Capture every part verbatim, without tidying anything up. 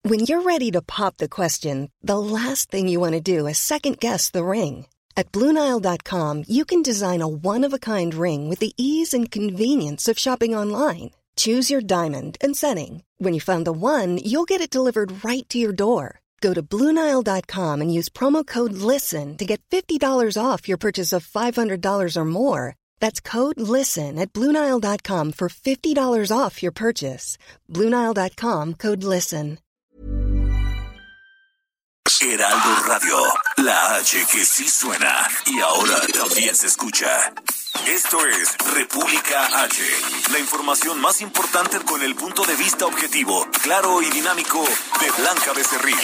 When you're ready to pop the question, the last thing you want to do is second-guess the ring. At Blue Nile dot com, you can design a one-of-a-kind ring with the ease and convenience of shopping online. Choose your diamond and setting. When you find the one, you'll get it delivered right to your door. Go to Blue Nile dot com and use promo code LISTEN to get fifty dollars off your purchase of five hundred dollars or more. That's code LISTEN at Blue Nile dot com for fifty dollars off your purchase. Blue Nile dot com, code LISTEN. Heraldo Radio, la H que sí suena y ahora también se escucha. Esto es República H, la información más importante con el punto de vista objetivo, claro y dinámico de Blanca Becerril.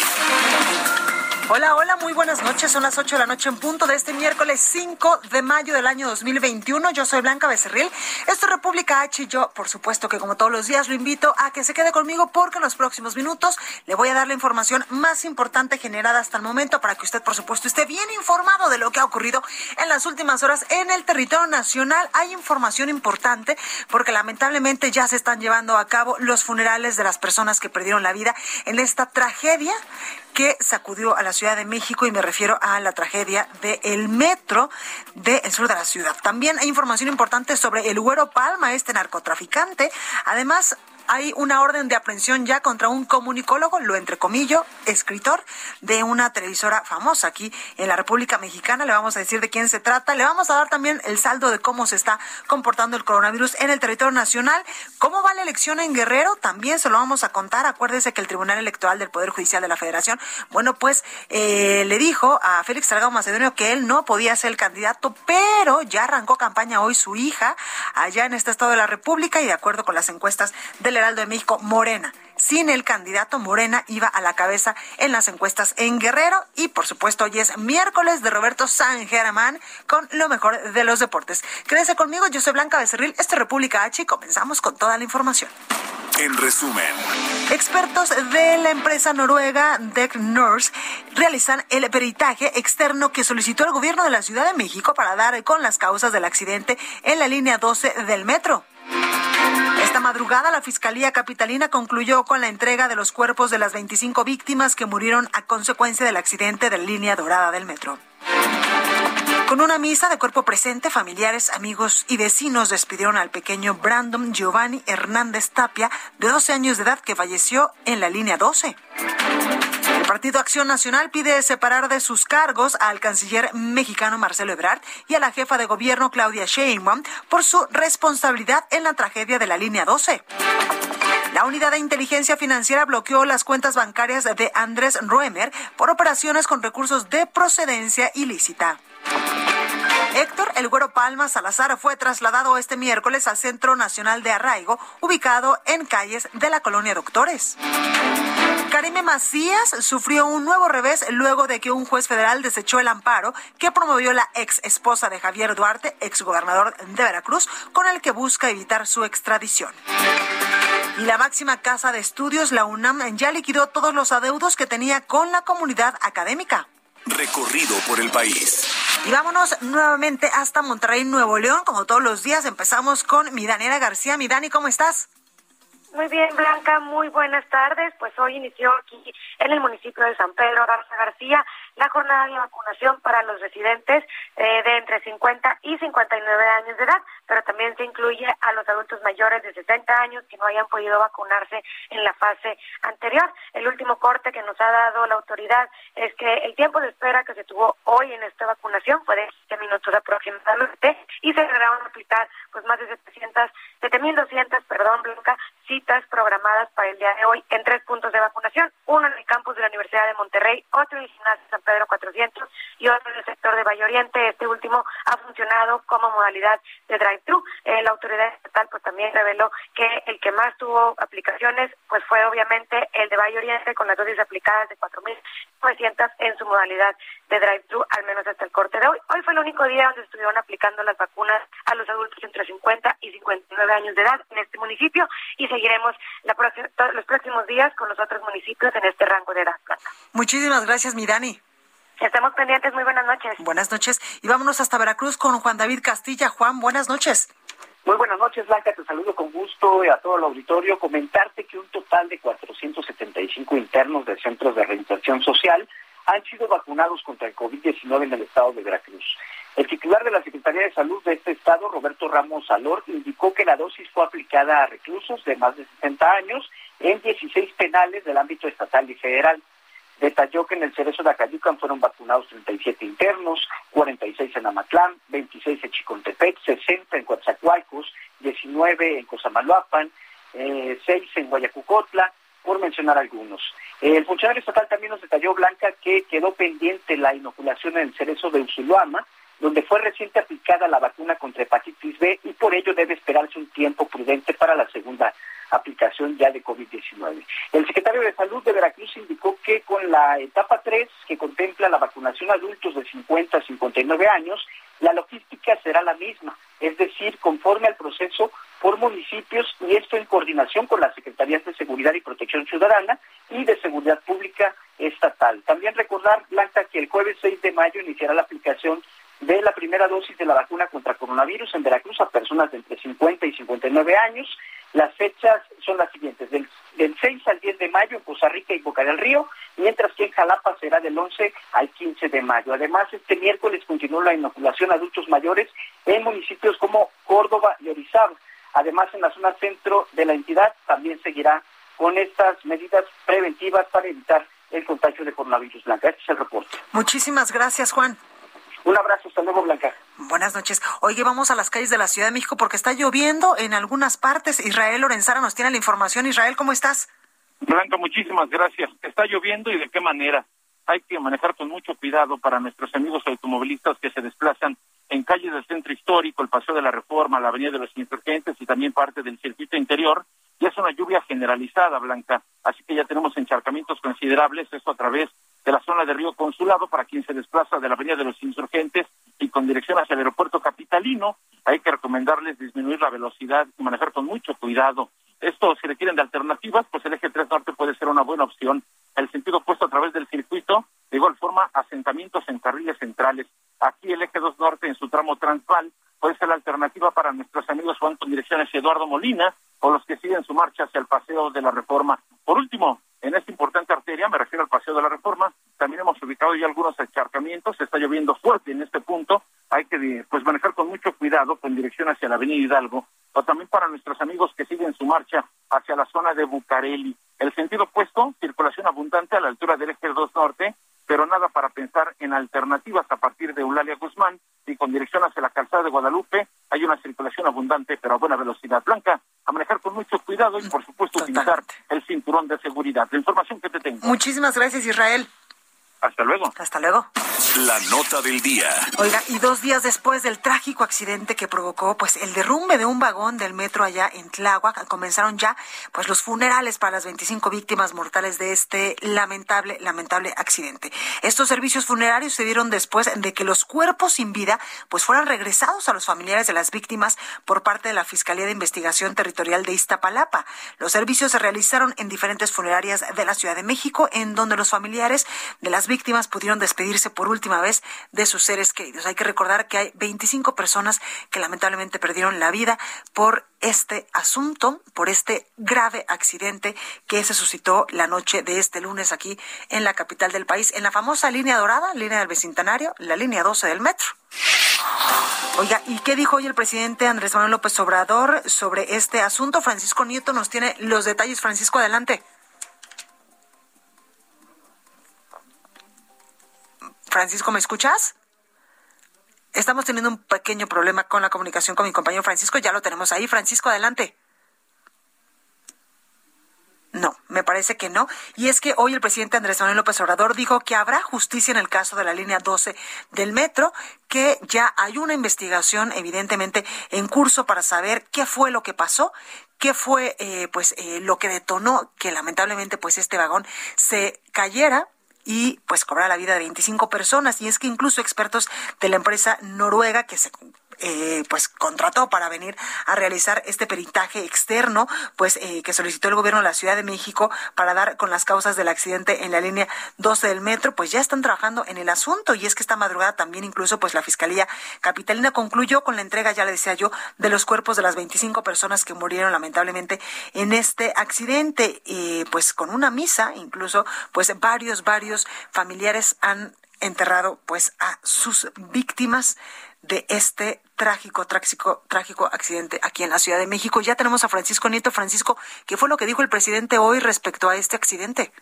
Hola, hola, muy buenas noches. Son las ocho de la noche en punto de este miércoles cinco de mayo del año dos mil veintiuno. Yo soy Blanca Becerril. Esto es República H y yo, por supuesto que como todos los días, lo invito a que se quede conmigo porque en los próximos minutos le voy a dar la información más importante generada hasta el momento para que usted, por supuesto, esté bien informado de lo que ha ocurrido en las últimas horas en el territorio nacional. Hay información importante porque lamentablemente ya se están llevando a cabo los funerales de las personas que perdieron la vida en esta tragedia que sacudió a la Ciudad de México, y me refiero a la tragedia del metro del sur de la ciudad. También hay información importante sobre el Güero Palma, este narcotraficante. Además, hay una orden de aprehensión ya contra un comunicólogo, lo entrecomillo, escritor de una televisora famosa aquí en la República Mexicana. Le vamos a decir de quién se trata. Le vamos a dar también el saldo de cómo se está comportando el coronavirus en el territorio nacional. ¿Cómo va la elección en Guerrero? También se lo vamos a contar. Acuérdese que el Tribunal Electoral del Poder Judicial de la Federación, bueno, pues eh, le dijo a Félix Salgado Macedonio que él no podía ser el candidato, pero ya arrancó campaña hoy su hija allá en este estado de la República, y de acuerdo con las encuestas del Heraldo de México, Morena, sin el candidato, Morena iba a la cabeza en las encuestas en Guerrero. Y por supuesto, hoy es miércoles de Roberto San Germán con lo mejor de los deportes. Quédese conmigo, yo soy Blanca Becerril, esto es República H y comenzamos con toda la información. En resumen, expertos de la empresa noruega Dec Nors realizan el peritaje externo que solicitó el gobierno de la Ciudad de México para dar con las causas del accidente en la línea doce del metro. Esta madrugada, la Fiscalía Capitalina concluyó con la entrega de los cuerpos de las veinticinco víctimas que murieron a consecuencia del accidente de la línea dorada del metro. Con una misa de cuerpo presente, familiares, amigos y vecinos despidieron al pequeño Brandon Giovanni Hernández Tapia, de doce años de edad, que falleció en la línea doce. El Partido Acción Nacional pide separar de sus cargos al canciller mexicano Marcelo Ebrard y a la jefa de gobierno Claudia Sheinbaum por su responsabilidad en la tragedia de la línea doce. La Unidad de Inteligencia Financiera bloqueó las cuentas bancarias de Andrés Roemer por operaciones con recursos de procedencia ilícita. Héctor El Güero Palma Salazar fue trasladado este miércoles al Centro Nacional de Arraigo, ubicado en calles de la Colonia Doctores. Karime Macías sufrió un nuevo revés luego de que un juez federal desechó el amparo que promovió la ex esposa de Javier Duarte, exgobernador de Veracruz, con el que busca evitar su extradición. Y la máxima casa de estudios, la UNAM, ya liquidó todos los adeudos que tenía con la comunidad académica. Recorrido por el país. Y vámonos nuevamente hasta Monterrey, Nuevo León. Como todos los días, empezamos con mi Daniela García. Mi Dani, ¿cómo estás? Muy bien, Blanca, muy buenas tardes. Pues hoy inició aquí en el municipio de San Pedro Garza García la jornada de vacunación para los residentes eh, de entre cincuenta y cincuenta y nueve años de edad, pero también se incluye a los adultos mayores de sesenta años que no hayan podido vacunarse en la fase anterior. El último corte que nos ha dado la autoridad es que el tiempo de espera que se tuvo hoy en esta vacunación fue de siete minutos aproximadamente, y se lograron aplicar pues más de setecientas, siete mil doscientas, perdón, Blanca, citas programadas para el día de hoy en tres puntos de vacunación, uno en el campus de la Universidad de Monterrey, otro en el gimnasio San Pedro cuatrocientos y otro en el sector de Valle Oriente. Este último ha funcionado como modalidad de drive-thru. Eh, la autoridad estatal pues también reveló que el que más tuvo aplicaciones pues fue obviamente el de Valle Oriente, con las dosis aplicadas de cuatro mil novecientas en su modalidad de drive-thru, al menos hasta el corte de hoy. Hoy fue el único día donde estuvieron aplicando las vacunas a los adultos entre cincuenta y cincuenta y nueve años de edad en este municipio, y seguiremos la próxima, los próximos días con los otros municipios en este rango de edad. Muchísimas gracias, mi Dani. Estamos pendientes, muy buenas noches. Buenas noches, y vámonos hasta Veracruz con Juan David Castilla. Juan, buenas noches. Muy buenas noches, Blanca, te saludo con gusto a todo el auditorio. Comentarte que un total de cuatrocientos setenta y cinco internos de centros de reinserción social han sido vacunados contra el COVID diecinueve en el estado de Veracruz. El titular de la Secretaría de Salud de este estado, Roberto Ramos Salor, indicó que la dosis fue aplicada a reclusos de más de sesenta años en dieciséis penales del ámbito estatal y federal. Detalló que en el Cerezo de Acayucan fueron vacunados treinta y siete internos, cuarenta y seis en Amatlán, veintiséis en Chicontepec, sesenta en Coatzacoalcos, diecinueve en Cosamaloapan, eh, seis en Guayacucotla, por mencionar algunos. El funcionario estatal también nos detalló, Blanca, que quedó pendiente la inoculación en el Cerezo de Usulhuama, donde fue reciente aplicada la vacuna contra hepatitis B y por ello debe esperarse un tiempo prudente para la segunda aplicación ya de COVID diecinueve. El secretario de Salud de Veracruz indicó que con la etapa tres, que contempla la vacunación a adultos de cincuenta a cincuenta y nueve años, la logística será la misma, es decir, conforme al proceso por municipios, y esto en coordinación con las Secretarías de Seguridad y Protección Ciudadana y de Seguridad Pública Estatal. También recordar, Blanca, que el jueves seis de mayo iniciará la aplicación de la primera dosis de la vacuna contra coronavirus en Veracruz a personas de entre cincuenta y cincuenta y nueve años. Las fechas son las siguientes: del, del seis al diez de mayo en Poza Rica y Boca del Río, mientras que en Jalapa será del once al quince de mayo. Además, este miércoles continúa la inoculación a adultos mayores en municipios como Córdoba y Orizaba. Además, en la zona centro de la entidad también seguirá con estas medidas preventivas para evitar el contagio de coronavirus, Blanca. Este es el reporte. Muchísimas gracias, Juan. Un abrazo, hasta luego, Blanca. Buenas noches. Oye, vamos a las calles de la Ciudad de México porque está lloviendo en algunas partes. Israel Lorenzana nos tiene la información. Israel, ¿cómo estás? Blanca, muchísimas gracias. Está lloviendo y de qué manera. Hay que manejar con mucho cuidado para nuestros amigos automovilistas que se desplazan en calles del centro histórico, el Paseo de la Reforma, la Avenida de los Insurgentes y también parte del circuito interior. Y es una lluvia generalizada, Blanca, así que ya tenemos encharcamientos considerables, esto a través de la zona de Río Consulado para quien se desplaza de la Avenida de los Insurgentes y con dirección hacia el aeropuerto capitalino. Hay que recomendarles disminuir la velocidad y manejar con mucho cuidado. Esto, si requieren de alternativas, pues el eje tres norte puede ser una buena opción. El sentido opuesto a través del circuito, de igual forma, asentamientos en carriles centrales. Aquí el eje dos norte en su tramo transval puede ser la alternativa para nuestros amigos que van con dirección hacia Eduardo Molina o los que siguen su marcha hacia el Paseo de la Reforma. Por último, en esta importante arteria, me refiero al Paseo de la Reforma, también hemos ubicado ya algunos encharcamientos, está lloviendo fuerte en este punto, hay que pues manejar con mucho cuidado con dirección hacia la Avenida Hidalgo, o también para nuestros amigos que siguen su marcha hacia la zona de Bucareli. El sentido opuesto, circulación abundante a la altura del eje dos norte, pero nada para pensar en alternativas a partir de Eulalia Guzmán y con dirección hacia la calzada de Guadalupe hay una circulación abundante pero a buena velocidad. Blanca, a manejar con mucho cuidado y por supuesto Totalmente. utilizar el cinturón de seguridad. La información que te tengo. Muchísimas gracias, Israel. Hasta luego. Hasta luego. La nota del día. Oiga, y dos días después del trágico accidente que provocó pues el derrumbe de un vagón del metro allá en Tláhuac, comenzaron ya pues los funerales para las veinticinco víctimas mortales de este lamentable, lamentable accidente. Estos servicios funerarios se dieron después de que los cuerpos sin vida pues fueran regresados a los familiares de las víctimas por parte de la Fiscalía de Investigación Territorial de Iztapalapa. Los servicios se realizaron en diferentes funerarias de la Ciudad de México, en donde los familiares de las víctimas pudieron despedirse por última vez de sus seres queridos. Hay que recordar que hay veinticinco personas que lamentablemente perdieron la vida por este asunto, por este grave accidente que se suscitó la noche de este lunes aquí en la capital del país, en la famosa línea dorada, línea del Bicentenario, la línea doce del metro. Oiga, ¿y qué dijo hoy el presidente Andrés Manuel López Obrador sobre este asunto? Francisco Nieto nos tiene los detalles. Francisco, adelante. Francisco, ¿me escuchas? Estamos teniendo un pequeño problema con la comunicación con mi compañero Francisco. Ya lo tenemos ahí. Francisco, adelante. No, me parece que no. Y es que hoy el presidente Andrés Manuel López Obrador dijo que habrá justicia en el caso de la línea doce del metro, que ya hay una investigación evidentemente en curso para saber qué fue lo que pasó, qué fue eh, pues eh, lo que detonó que lamentablemente pues este vagón se cayera y pues cobrar la vida de veinticinco personas. Y es que incluso expertos de la empresa noruega que se eh, pues contrató para venir a realizar este peritaje externo, pues eh, que solicitó el gobierno de la Ciudad de México para dar con las causas del accidente en la línea doce del metro, pues ya están trabajando en el asunto. Y es que esta madrugada también incluso pues la Fiscalía Capitalina concluyó con la entrega, ya le decía yo, de los cuerpos de las veinticinco personas que murieron lamentablemente en este accidente, eh, pues con una misa, incluso pues varios, varios familiares han enterrado pues a sus víctimas de este trágico, trágico, trágico accidente aquí en la Ciudad de México. Ya tenemos a Francisco Nieto. Francisco, ¿qué fue lo que dijo el presidente hoy respecto a este accidente?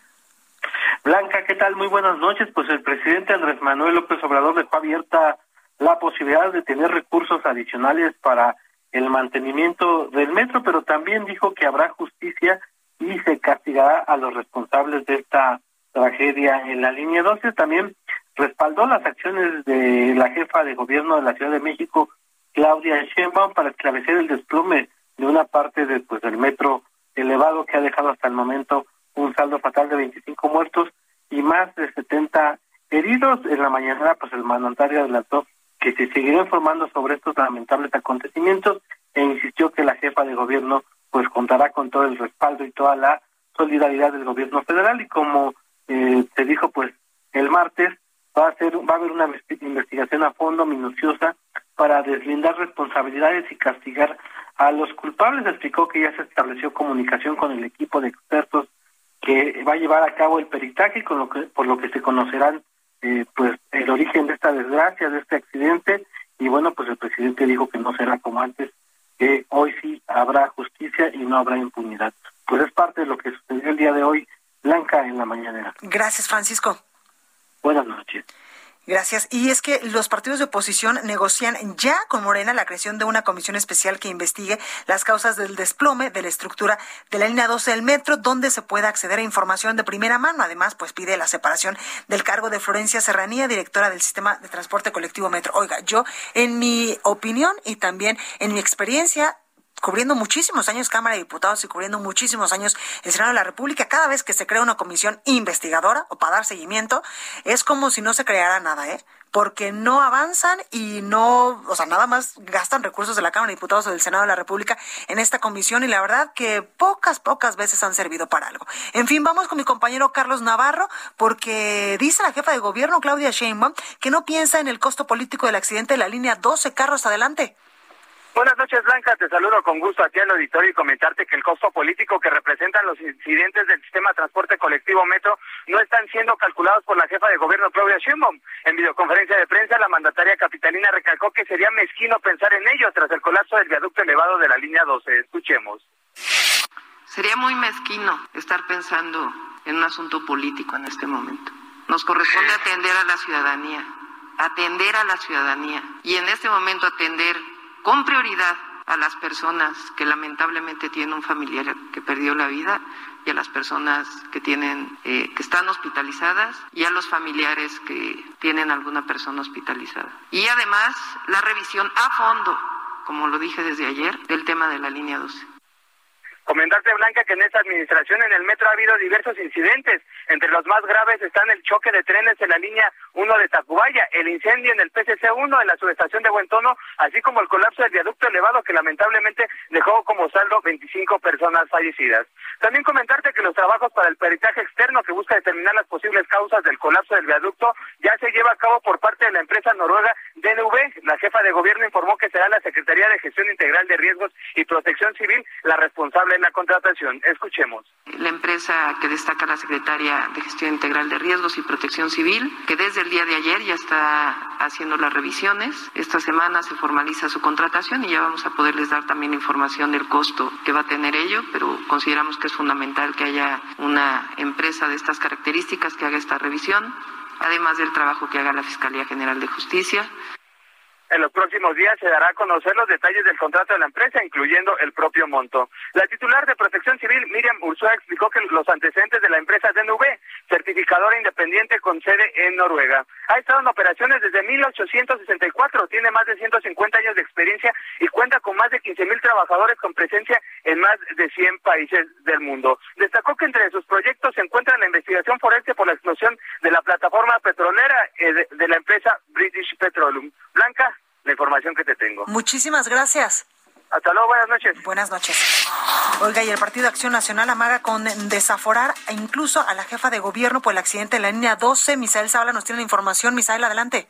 Blanca, ¿qué tal? Muy buenas noches. Pues el presidente Andrés Manuel López Obrador dejó abierta la posibilidad de tener recursos adicionales para el mantenimiento del metro, pero también dijo que habrá justicia y se castigará a los responsables de esta tragedia en la línea doce. También respaldó las acciones de la jefa de gobierno de la Ciudad de México, Claudia Sheinbaum, para esclarecer el desplome de una parte de, pues, del metro elevado, que ha dejado hasta el momento un saldo fatal de veinticinco muertos y más de setenta heridos. En la mañana, pues el mandatario adelantó que se seguirá informando sobre estos lamentables acontecimientos e insistió que la jefa de gobierno pues contará con todo el respaldo y toda la solidaridad del gobierno federal. Y como eh, se dijo pues el martes, va a ser va a haber una investigación a fondo, minuciosa, para deslindar responsabilidades y castigar a los culpables. Explicó que ya se estableció comunicación con el equipo de expertos que va a llevar a cabo el peritaje, con lo que por lo que se conocerán eh, pues el origen de esta desgracia, de este accidente. Y bueno, pues el presidente dijo que no será como antes, que hoy sí habrá justicia y no habrá impunidad. Pues es parte de lo que sucedió el día de hoy, Blanca, en la mañanera. Gracias, Francisco. Buenas noches. Gracias. Y es que los partidos de oposición negocian ya con Morena la creación de una comisión especial que investigue las causas del desplome de la estructura de la línea doce del metro, donde se pueda acceder a información de primera mano. Además, pues pide la separación del cargo de Florencia Serranía, directora del Sistema de Transporte Colectivo Metro. Oiga, yo, en mi opinión y también en mi experiencia, cubriendo muchísimos años Cámara de Diputados y cubriendo muchísimos años el Senado de la República, cada vez que se crea una comisión investigadora o para dar seguimiento, es como si no se creara nada, ¿eh? Porque no avanzan y no, o sea, nada más gastan recursos de la Cámara de Diputados o del Senado de la República en esta comisión, y la verdad que pocas, pocas veces han servido para algo. En fin, vamos con mi compañero Carlos Navarro, porque dice la jefa de gobierno, Claudia Sheinbaum, que no piensa en el costo político del accidente de la línea doce. Carlos, adelante. Buenas noches, Blanca. Te saludo con gusto aquí al auditorio y comentarte que el costo político que representan los incidentes del sistema de transporte colectivo Metro no están siendo calculados por la jefa de gobierno, Claudia Sheinbaum. En videoconferencia de prensa, la mandataria capitalina recalcó que sería mezquino pensar en ello tras el colapso del viaducto elevado de la línea doce. Escuchemos. Sería muy mezquino estar pensando en un asunto político en este momento. Nos corresponde atender a la ciudadanía, atender a la ciudadanía y en este momento atender con prioridad a las personas que lamentablemente tienen un familiar que perdió la vida y a las personas que tienen eh, que están hospitalizadas y a los familiares que tienen alguna persona hospitalizada. Y además la revisión a fondo, como lo dije desde ayer, del tema de la línea doce. Comentarte, Blanca, que en esta administración en el metro ha habido diversos incidentes. Entre los más graves están el choque de trenes en la línea uno de Tacubaya, el incendio en el P C C uno en la subestación de Buen Tono, así como el colapso del viaducto elevado que lamentablemente dejó como saldo veinticinco personas fallecidas. También comentarte que los trabajos para el peritaje externo que busca determinar las posibles causas del colapso del viaducto ya se lleva a cabo por parte de la empresa noruega D N V. La jefa de gobierno informó que será la Secretaría de Gestión Integral de Riesgos y Protección Civil la responsable en la contratación. Escuchemos. La empresa que destaca la Secretaría de Gestión Integral de Riesgos y Protección Civil, que desde el día de ayer ya está haciendo las revisiones. Esta semana se formaliza su contratación y ya vamos a poderles dar también información del costo que va a tener ello, pero consideramos que es fundamental que haya una empresa de estas características que haga esta revisión, además del trabajo que haga la Fiscalía General de Justicia. En los próximos días se dará a conocer los detalles del contrato de la empresa, incluyendo el propio monto. La titular de Protección Civil, Miriam Ursúa, explicó que los antecedentes de la empresa D N V, certificadora independiente con sede en Noruega, ha estado en operaciones desde mil ochocientos sesenta y cuatro, tiene más de ciento cincuenta años de experiencia y cuenta con más de quince mil trabajadores con presencia en más de cien países del mundo. Destacó que entre sus proyectos se encuentra la investigación forense por la explosión de la plataforma petrolera de la empresa British Petroleum. Blanca, la información que te tengo. Muchísimas gracias. Hasta luego, buenas noches. Buenas noches. Oiga, y el Partido Acción Nacional amaga con desaforar incluso a la jefa de gobierno por el accidente en la línea doce. Misael Zavala nos tiene la información. Misael, adelante.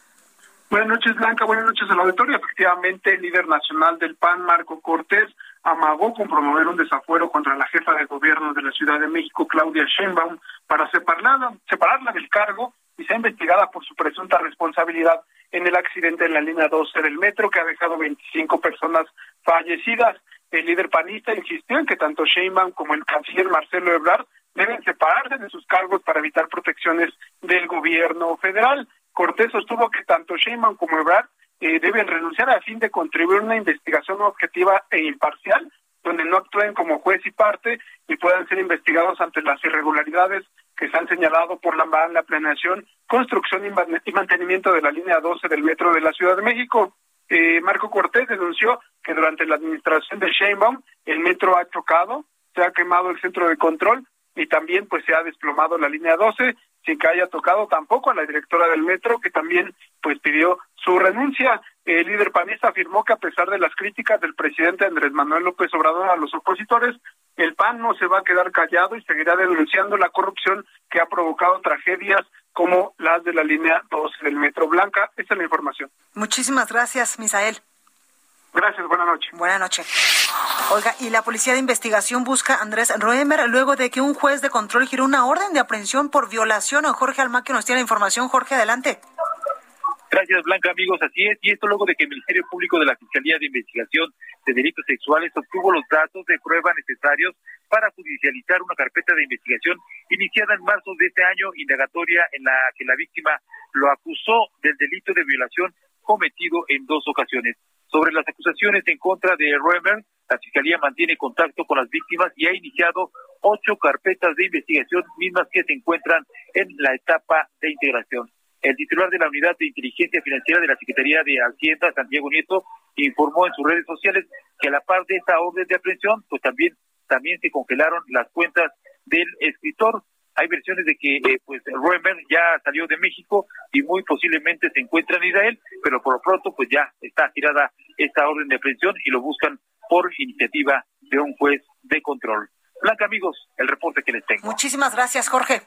Buenas noches, Blanca. Buenas noches al auditorio. Efectivamente, el líder nacional del P A N, Marco Cortés, amagó con promover un desafuero contra la jefa de gobierno de la Ciudad de México, Claudia Sheinbaum, para separarla, separarla del cargo y sea investigada por su presunta responsabilidad en el accidente en la línea doce del metro que ha dejado veinticinco personas fallecidas. El líder panista insistió en que tanto Sheinbaum como el canciller Marcelo Ebrard deben separarse de sus cargos para evitar protecciones del gobierno federal. Cortés sostuvo que tanto Sheinbaum como Ebrard eh, deben renunciar a fin de contribuir a una investigación objetiva e imparcial, donde no actúen como juez y parte y puedan ser investigados ante las irregularidades que se han señalado por la, la planeación, construcción y mantenimiento de la línea doce del metro de la Ciudad de México. Eh, Marco Cortés denunció que durante la administración de Sheinbaum el metro ha chocado, se ha quemado el centro de control y también pues se ha desplomado la línea doce, sin que haya tocado tampoco a la directora del metro, que también pues pidió su renuncia. El líder panista afirmó que a pesar de las críticas del presidente Andrés Manuel López Obrador a los opositores, el P A N no se va a quedar callado y seguirá denunciando la corrupción que ha provocado tragedias como las de la línea doce del metro. Blanca, esta es la información. Muchísimas gracias, Misael. Gracias, buenas noches. Buenas noches. Oiga, y la Policía de Investigación busca a Andrés Roemer luego de que un juez de control giró una orden de aprehensión por violación. Jorge Almaquio nos tiene la información. Jorge, adelante. Gracias, Blanca, amigos. Así es, y esto luego de que el Ministerio Público de la Fiscalía de Investigación de Delitos Sexuales obtuvo los datos de prueba necesarios para judicializar una carpeta de investigación iniciada en marzo de este año, indagatoria en la que la víctima lo acusó del delito de violación cometido en dos ocasiones. Sobre las acusaciones en contra de Roemer, la Fiscalía mantiene contacto con las víctimas y ha iniciado ocho carpetas de investigación, mismas que se encuentran en la etapa de integración. El titular de la Unidad de Inteligencia Financiera de la Secretaría de Hacienda, Santiago Nieto, informó en sus redes sociales que a la par de esta orden de aprehensión, pues también, también se congelaron las cuentas del escritor. Hay versiones de que eh, pues Roemer ya salió de México y muy posiblemente se encuentra en Israel, pero por lo pronto pues ya está girada esta orden de aprehensión y lo buscan por iniciativa de un juez de control. Blanca, amigos, el reporte que les tengo. Muchísimas gracias, Jorge.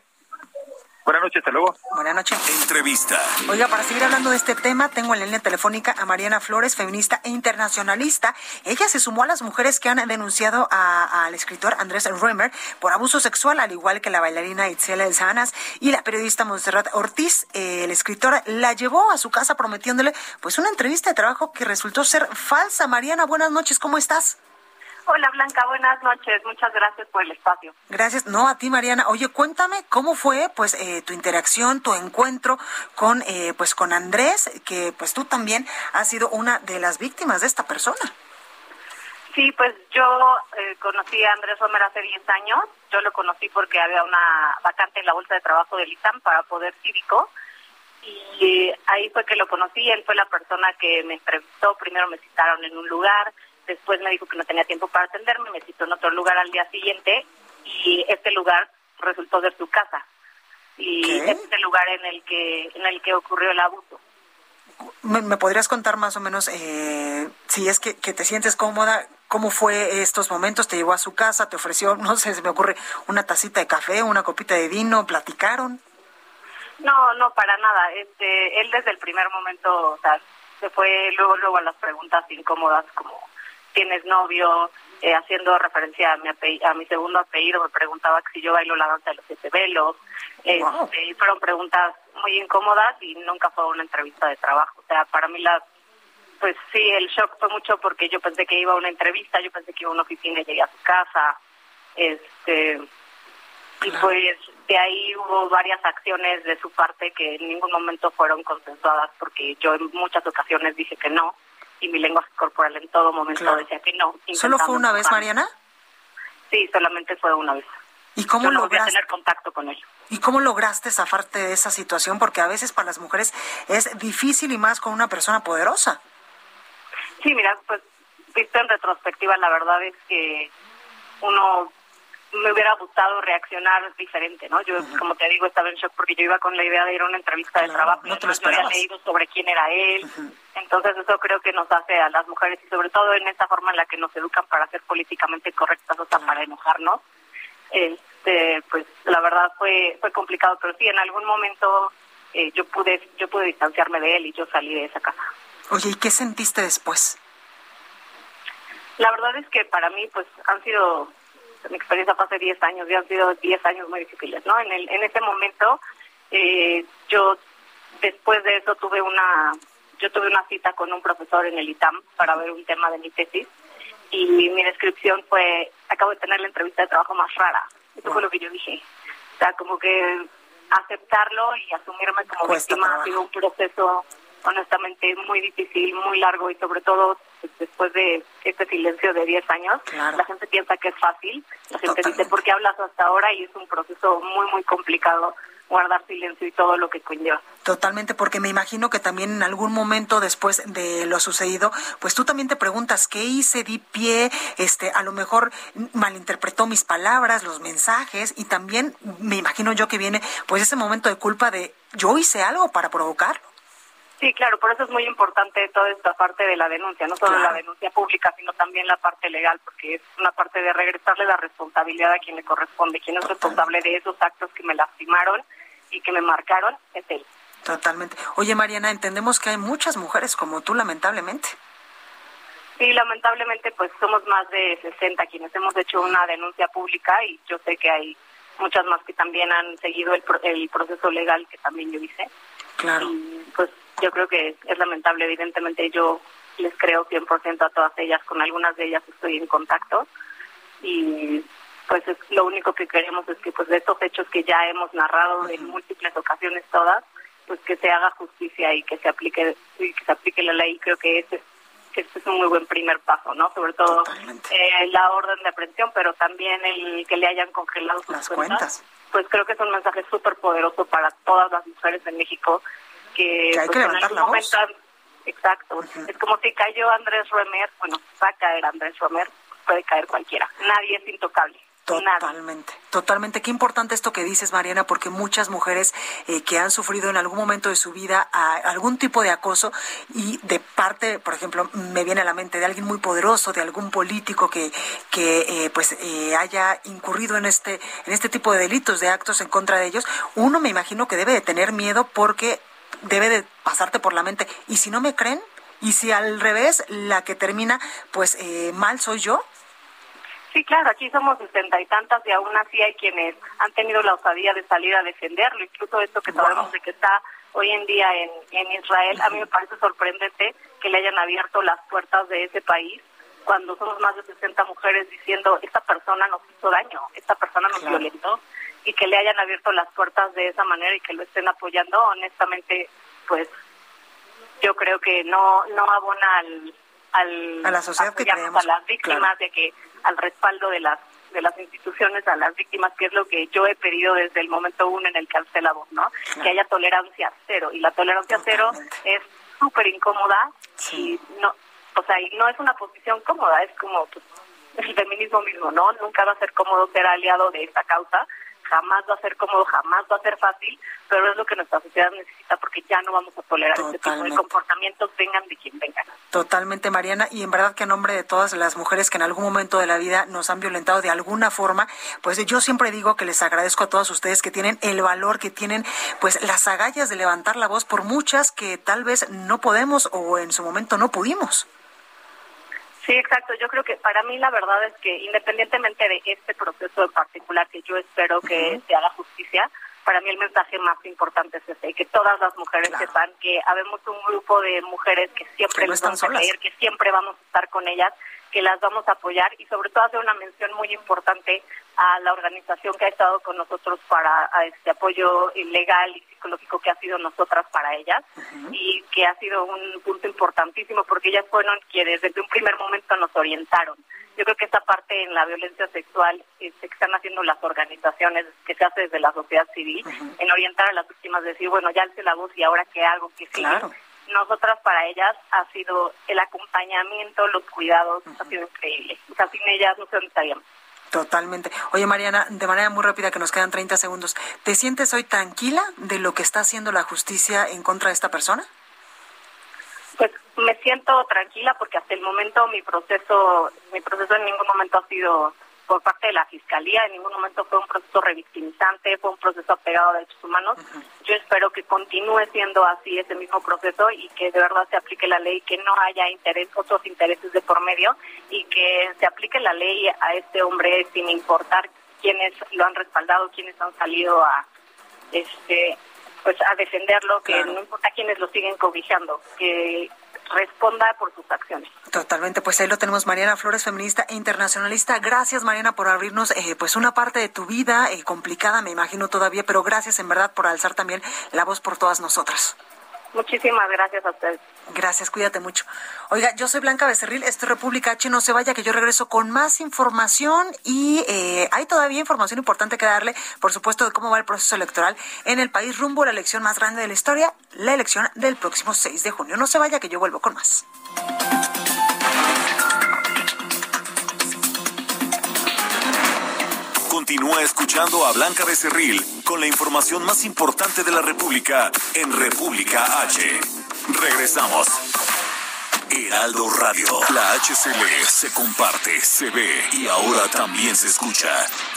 Buenas noches, hasta luego. Buenas noches. Entrevista. Oiga, para seguir hablando de este tema, tengo en la línea telefónica a Mariana Flores, feminista e internacionalista. Ella se sumó a las mujeres que han denunciado a, al escritor Andrés Roemer por abuso sexual, al igual que la bailarina Itzel Sanas y la periodista Montserrat Ortiz. Eh, el escritor la llevó a su casa prometiéndole pues una entrevista de trabajo que resultó ser falsa. Mariana, buenas noches, ¿cómo estás? Hola, Blanca, buenas noches. Muchas gracias por el espacio. Gracias. No, a ti, Mariana. Oye, cuéntame cómo fue, pues, eh, tu interacción, tu encuentro con, eh, pues, con Andrés, que, pues, tú también has sido una de las víctimas de esta persona. Sí, pues yo eh, conocí a Andrés Roemer hace diez años. Yo lo conocí porque había una vacante en la bolsa de trabajo del I T A M para Poder Cívico. Y eh, ahí fue que lo conocí. Él fue la persona que me entrevistó. Primero me citaron en un lugar. Después me dijo que no tenía tiempo para atenderme, me citó en otro lugar al día siguiente y este lugar resultó ser su casa. Y ¿qué? Este es el lugar en el que en el que ocurrió el abuso. ¿Me, me podrías contar más o menos eh, si es que, que te sientes cómoda? ¿Cómo fue estos momentos? ¿Te llevó a su casa? ¿Te ofreció, no sé, se me ocurre, una tacita de café, una copita de vino? ¿Platicaron? No, no, para nada. Este, él desde el primer momento, o sea, se fue luego, luego a las preguntas incómodas como ¿tienes novio? Eh, haciendo referencia a mi apellido, a mi segundo apellido, me preguntaba que si yo bailo la danza de los siete velos. Eh, wow. eh, fueron preguntas muy incómodas y nunca fue una entrevista de trabajo. O sea, para mí la, pues sí, el shock fue mucho porque yo pensé que iba a una entrevista, yo pensé que iba a una oficina y llegué a su casa. Este, claro. Y pues de ahí hubo varias acciones de su parte que en ningún momento fueron consensuadas porque yo en muchas ocasiones dije que no. Y mi lenguaje corporal en todo momento claro. decía que no. ¿Solo fue una vez, Mariana? Sí, solamente fue una vez. ¿Y cómo Yo no lograste voy a tener contacto con él? ¿Y cómo lograste zafarte de esa situación? Porque a veces para las mujeres es difícil y más con una persona poderosa. Sí, mira, pues visto en retrospectiva, la verdad es que uno me hubiera gustado reaccionar diferente, ¿no? Yo, uh-huh. como te digo, estaba en shock porque yo iba con la idea de ir a una entrevista claro, de trabajo. No te lo yo había leído sobre quién era él. Uh-huh. Entonces eso creo que nos hace a las mujeres y sobre todo en esta forma en la que nos educan para ser políticamente correctas, o sea, uh-huh. para enojarnos. Este, pues la verdad fue fue complicado, pero sí, en algún momento eh, yo pude yo pude distanciarme de él y yo salí de esa casa. Oye, ¿y qué sentiste después? La verdad es que para mí, pues, han sido, mi experiencia fue hace diez años, y han sido diez años muy difíciles, ¿no? En el en ese momento, eh, yo, después de eso, tuve una, yo tuve una cita con un profesor en el I T A M para ver un tema de mi tesis, y mi descripción fue, acabo de tener la entrevista de trabajo más rara. Eso wow. fue lo que yo dije. O sea, como que aceptarlo y asumirme como Cuesta víctima trabajo. ha sido un proceso, honestamente, muy difícil, muy largo, y sobre todo pues, después de este silencio de diez años, claro. la gente piensa que es fácil, la gente Totalmente. dice, ¿por qué hablas hasta ahora? Y es un proceso muy, muy complicado guardar silencio y todo lo que conlleva. Totalmente, porque me imagino que también en algún momento después de lo sucedido, pues tú también te preguntas, ¿qué hice? Di pie, este, a lo mejor malinterpretó mis palabras, los mensajes, y también me imagino yo que viene pues ese momento de culpa de, ¿yo hice algo para provocarlo? Sí, claro, por eso es muy importante toda esta parte de la denuncia, no solo claro. la denuncia pública, sino también la parte legal, porque es una parte de regresarle la responsabilidad a quien le corresponde, quien es responsable de esos actos que me lastimaron y que me marcaron, es él. Totalmente. Oye, Mariana, entendemos que hay muchas mujeres como tú, lamentablemente. Sí, lamentablemente, pues somos más de sesenta quienes hemos hecho una denuncia pública, y yo sé que hay muchas más que también han seguido el, el proceso legal que también yo hice. Claro. Y pues yo creo que es lamentable, evidentemente yo les creo cien por ciento a todas ellas, con algunas de ellas estoy en contacto, y pues es, lo único que queremos es que pues de estos hechos que ya hemos narrado uh-huh. en múltiples ocasiones todas, pues que se haga justicia y que se aplique y que se aplique la ley. Creo que este, este es un muy buen primer paso, ¿no? Sobre todo eh, la orden de aprehensión, pero también el que le hayan congelado sus las cuentas, cuentas. Pues creo que es un mensaje súper poderoso para todas las mujeres en México, que, que hay pues, que levantar la voz. Exacto. Uh-huh. Es como si cayó Andrés Romer, bueno, va a caer Andrés Romer, puede caer cualquiera. Nadie es intocable. Totalmente, Nada. totalmente. Qué importante esto que dices, Mariana, porque muchas mujeres eh, que han sufrido en algún momento de su vida a, algún tipo de acoso y de parte, por ejemplo, me viene a la mente de alguien muy poderoso, de algún político que que eh, pues eh, haya incurrido en este en este tipo de delitos, de actos en contra de ellos, uno me imagino que debe de tener miedo porque debe de pasarte por la mente. ¿Y si no me creen? ¿Y si al revés la que termina pues eh, mal soy yo? Sí, claro, aquí somos sesenta y tantas y aún así hay quienes han tenido la osadía de salir a defenderlo. Incluso esto que sabemos wow. de que está hoy en día en, en Israel, uh-huh. a mí me parece sorprendente que le hayan abierto las puertas de ese país cuando somos más de sesenta mujeres diciendo, esta persona nos hizo daño, esta persona nos claro. violentó, y que le hayan abierto las puertas de esa manera y que lo estén apoyando. Honestamente, pues yo creo que no no abona al... al a la sociedad que creemos, a las víctimas, claro. de que al respaldo de las de las instituciones a las víctimas, que es lo que yo he pedido desde el momento uno en el que alcé la voz, ¿no? Claro. Que haya tolerancia cero, y la tolerancia Totalmente. cero es súper incómoda, sí. y no, o sea, y no es una posición cómoda, es como pues, el feminismo mismo, ¿no? Nunca va a ser cómodo ser aliado de esta causa, jamás va a ser cómodo, jamás va a ser fácil, pero es lo que nuestra sociedad necesita, porque ya no vamos a tolerar Totalmente. este tipo de comportamientos, vengan de quien vengan. Totalmente, Mariana, y en verdad que a nombre de todas las mujeres que en algún momento de la vida nos han violentado de alguna forma, pues yo siempre digo que les agradezco a todas ustedes que tienen el valor, que tienen pues las agallas de levantar la voz por muchas que tal vez no podemos o en su momento no pudimos. Sí, exacto. Yo creo que para mí la verdad es que independientemente de este proceso en particular, que yo espero que uh-huh. se haga justicia, para mí el mensaje más importante es ese, que todas las mujeres claro. sepan que habemos un grupo de mujeres que siempre no les vamos solas. a creer, que siempre vamos a estar con ellas, que las vamos a apoyar, y sobre todo hacer una mención muy importante a la organización que ha estado con nosotros para este apoyo legal y psicológico que ha sido nosotras para ellas, uh-huh. y que ha sido un punto importantísimo porque ellas fueron quienes desde un primer momento nos orientaron. Yo creo que esta parte en la violencia sexual este, que están haciendo las organizaciones, que se hace desde la sociedad civil, uh-huh. en orientar a las víctimas, decir, bueno, ya alcé la voz y ahora qué hago, qué sigue. Claro. Nosotras para ellas ha sido el acompañamiento, los cuidados, uh-huh. ha sido increíble. O sea, sin ellas no sé dónde estaríamos. Totalmente. Oye, Mariana, de manera muy rápida, que nos quedan treinta segundos, ¿te sientes hoy tranquila de lo que está haciendo la justicia en contra de esta persona? Pues me siento tranquila porque hasta el momento mi proceso, mi proceso en ningún momento ha sido por parte de la Fiscalía, en ningún momento fue un proceso revictimizante, fue un proceso apegado a derechos humanos. Uh-huh. Yo espero que continúe siendo así ese mismo proceso y que de verdad se aplique la ley, que no haya interés, otros intereses de por medio y que se aplique la ley a este hombre sin importar quiénes lo han respaldado, quiénes han salido a este pues a defenderlo, que claro. No importa quiénes lo siguen cobijando, que responda por sus acciones. Totalmente, pues ahí lo tenemos, Mariana Flores, feminista e internacionalista. Gracias, Mariana, por abrirnos eh, pues una parte de tu vida eh, complicada, me imagino todavía, pero gracias en verdad por alzar también la voz por todas nosotras. Muchísimas gracias a ustedes. Gracias, cuídate mucho. Oiga, yo soy Blanca Becerril, esto es República H, no se vaya que yo regreso con más información y eh, hay todavía información importante que darle, por supuesto, de cómo va el proceso electoral en el país rumbo a la elección más grande de la historia, la elección del próximo seis de junio. No se vaya que yo vuelvo con más. Continúa escuchando a Blanca Becerril con la información más importante de la República en República H. Regresamos. Heraldo Radio. La H se lee, se comparte, se ve y ahora también se escucha.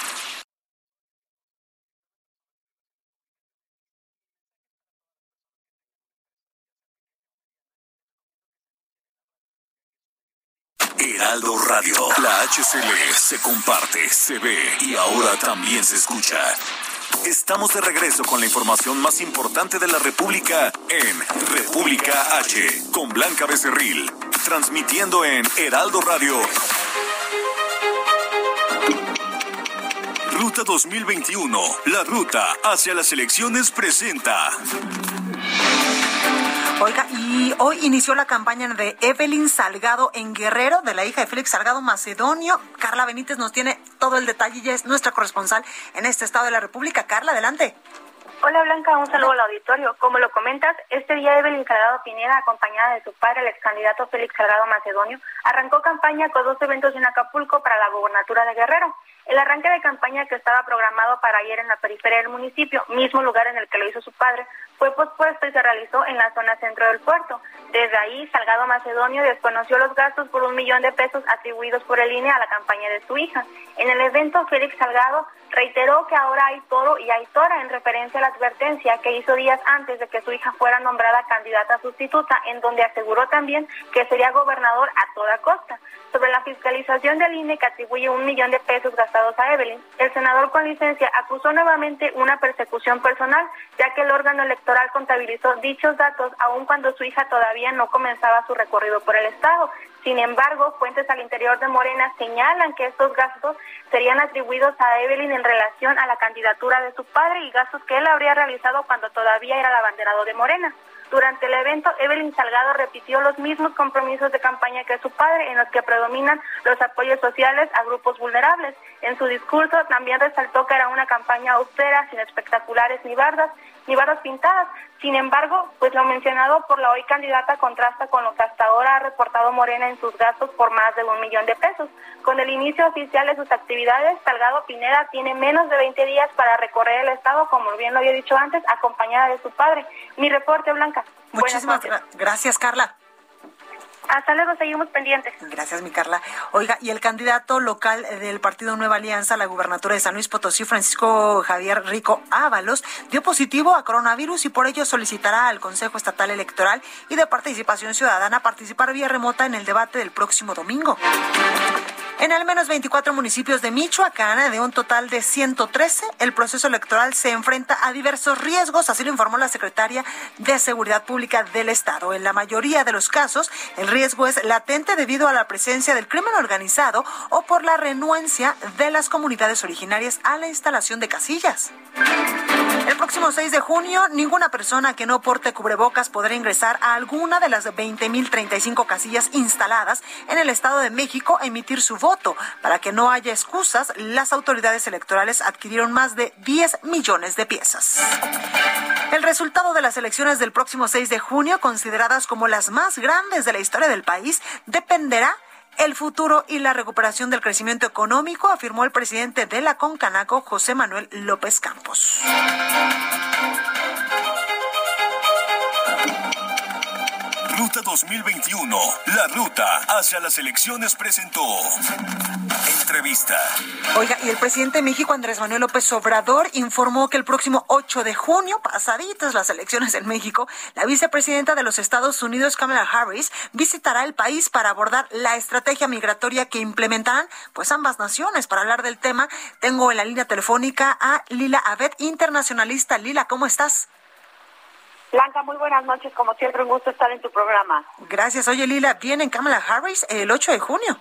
Heraldo Radio. La H se lee, se comparte, se ve y ahora también se escucha. Estamos de regreso con la información más importante de la República en República H, con Blanca Becerril, transmitiendo en Heraldo Radio. Ruta dos mil veintiuno, la ruta hacia las elecciones presenta. Oiga, y hoy inició la campaña de Evelyn Salgado en Guerrero, de la hija de Félix Salgado Macedonio. Carla Benítez nos tiene todo el detalle y es nuestra corresponsal en este estado de la República. Carla, adelante. Hola Blanca, un saludo al auditorio. Como lo comentas, este día Evelyn Salgado Pineda, acompañada de su padre, el ex candidato Félix Salgado Macedonio, arrancó campaña con dos eventos en Acapulco para la gobernatura de Guerrero. El arranque de campaña, que estaba programado para ayer en la periferia del municipio, mismo lugar en el que lo hizo su padre, fue pospuesto y se realizó en la zona centro del puerto. Desde ahí, Salgado Macedonio desconoció los gastos por un millón de pesos atribuidos por el I N E a la campaña de su hija. En el evento, Félix Salgado reiteró que ahora hay toro y hay tora, en referencia a la advertencia que hizo días antes de que su hija fuera nombrada candidata sustituta, en donde aseguró también que sería gobernador a toda costa. Sobre la fiscalización del I N E que atribuye un millón de pesos gastados a Evelyn, el senador con licencia acusó nuevamente una persecución personal, ya que el órgano electoral contabilizó dichos datos aun cuando su hija todavía no comenzaba su recorrido por el estado. Sin embargo, fuentes al interior de Morena señalan que estos gastos serían atribuidos a Evelyn en relación a la candidatura de su padre y gastos que él habría realizado cuando todavía era el abanderado de Morena. Durante el evento, Evelyn Salgado repitió los mismos compromisos de campaña que su padre, en los que predominan los apoyos sociales a grupos vulnerables. En su discurso también resaltó que era una campaña austera, sin espectaculares ni bardas, ni bardas pintadas. Sin embargo, pues lo mencionado por la hoy candidata contrasta con lo que hasta ahora ha reportado Morena en sus gastos por más de un millón de pesos. Con el inicio oficial de sus actividades, Salgado Pineda tiene menos de veinte días para recorrer el estado, como bien lo había dicho antes, acompañada de su padre. Mi reporte, Blanca. Muchísimas gra- gracias, Carla. Hasta luego, seguimos pendientes. Gracias, mi Carla. Oiga, y el candidato local del partido Nueva Alianza a la gubernatura de San Luis Potosí, Francisco Javier Rico Ábalos, dio positivo a coronavirus y por ello solicitará al Consejo Estatal Electoral y de Participación Ciudadana participar vía remota en el debate del próximo domingo. En al menos veinticuatro municipios de Michoacán, de un total de ciento trece, el proceso electoral se enfrenta a diversos riesgos, así lo informó la secretaria de Seguridad Pública del Estado. En la mayoría de los casos, el riesgo es latente debido a la presencia del crimen organizado o por la renuencia de las comunidades originarias a la instalación de casillas. El próximo seis de junio, ninguna persona que no porte cubrebocas podrá ingresar a alguna de las veinte mil treinta y cinco casillas instaladas en el Estado de México a emitir su voto. Para que no haya excusas, las autoridades electorales adquirieron más de diez millones de piezas. El resultado de las elecciones del próximo seis de junio, consideradas como las más grandes de la historia del país, dependerá el futuro y la recuperación del crecimiento económico, afirmó el presidente de la Concanaco, José Manuel López Campos. Ruta dos mil veintiuno, la ruta hacia las elecciones presentó. Entrevista. Oiga, y el presidente de México, Andrés Manuel López Obrador, informó que el próximo ocho de junio, pasaditas las elecciones en México, la vicepresidenta de los Estados Unidos, Kamala Harris, visitará el país para abordar la estrategia migratoria que implementarán pues ambas naciones. Para hablar del tema, tengo en la línea telefónica a Lila Abed, internacionalista. Lila, ¿cómo estás? Blanca, muy buenas noches. Como siempre, un gusto estar en tu programa. Gracias. Oye, Lila, viene Kamala Harris el ocho de junio.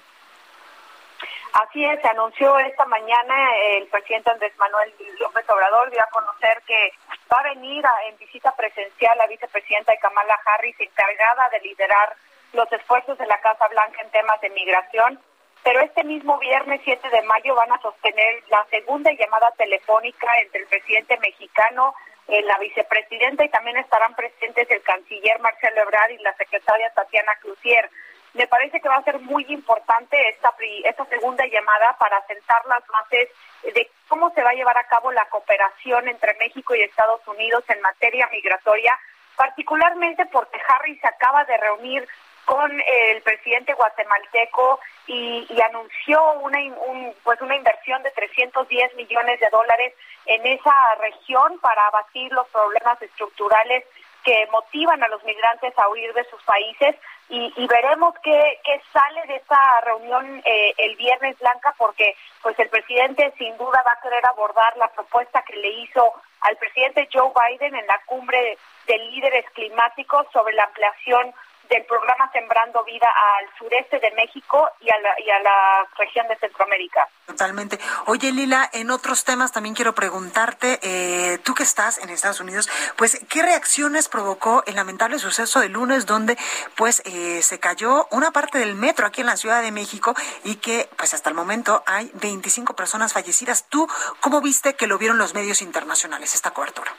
Así es, se anunció esta mañana el presidente Andrés Manuel López Obrador, dio a conocer que va a venir a, en visita presencial la vicepresidenta Kamala Harris, encargada de liderar los esfuerzos de la Casa Blanca en temas de migración. Pero este mismo viernes siete de mayo van a sostener la segunda llamada telefónica entre el presidente mexicano, eh, la vicepresidenta, y también estarán presentes el canciller Marcelo Ebrard y la secretaria Tatiana Cloutier. Me parece que va a ser muy importante esta, esta segunda llamada para sentar las bases de cómo se va a llevar a cabo la cooperación entre México y Estados Unidos en materia migratoria, particularmente porque Harris se acaba de reunir con el presidente guatemalteco y, y anunció una un, pues una inversión de trescientos diez millones de dólares en esa región para abatir los problemas estructurales que motivan a los migrantes a huir de sus países, y, y veremos qué, qué sale de esta reunión eh, el viernes, Blanca, porque pues el presidente sin duda va a querer abordar la propuesta que le hizo al presidente Joe Biden en la cumbre de líderes climáticos sobre la ampliación del programa Sembrando Vida al sureste de México y a la, y a la región de Centroamérica. Totalmente. Oye, Lila, en otros temas también quiero preguntarte, eh, tú que estás en Estados Unidos, pues, ¿qué reacciones provocó el lamentable suceso del lunes donde, pues, eh, se cayó una parte del metro aquí en la Ciudad de México y que, pues, hasta el momento hay veinticinco personas fallecidas? ¿Tú cómo viste que lo vieron los medios internacionales, esta cobertura?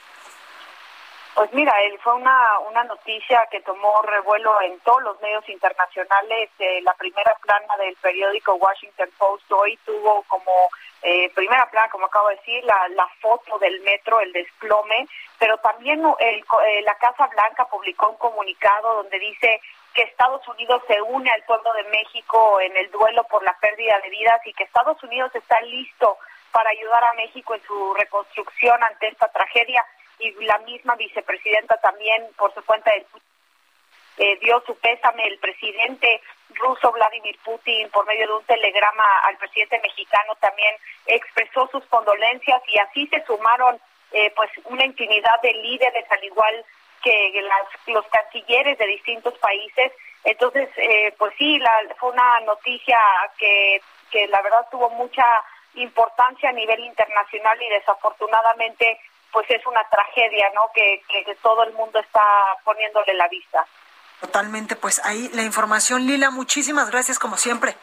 Pues mira, él fue una una noticia que tomó revuelo en todos los medios internacionales. Eh, la primera plana del periódico Washington Post hoy tuvo como eh, primera plana, como acabo de decir, la, la foto del metro, el desplome, pero también el, eh, la Casa Blanca publicó un comunicado donde dice que Estados Unidos se une al pueblo de México en el duelo por la pérdida de vidas y que Estados Unidos está listo para ayudar a México en su reconstrucción ante esta tragedia. Y la misma vicepresidenta también, por su cuenta de eh, dio su pésame. El presidente ruso Vladimir Putin, por medio de un telegrama al presidente mexicano, también expresó sus condolencias, y así se sumaron eh, pues una infinidad de líderes, al igual que las, los cancilleres de distintos países. Entonces, eh, pues sí, la, fue una noticia que, que la verdad tuvo mucha importancia a nivel internacional, y desafortunadamente pues es una tragedia, ¿no? Que, que, que todo el mundo está poniéndole la vista. Totalmente, pues ahí la información. Lila, muchísimas gracias como siempre.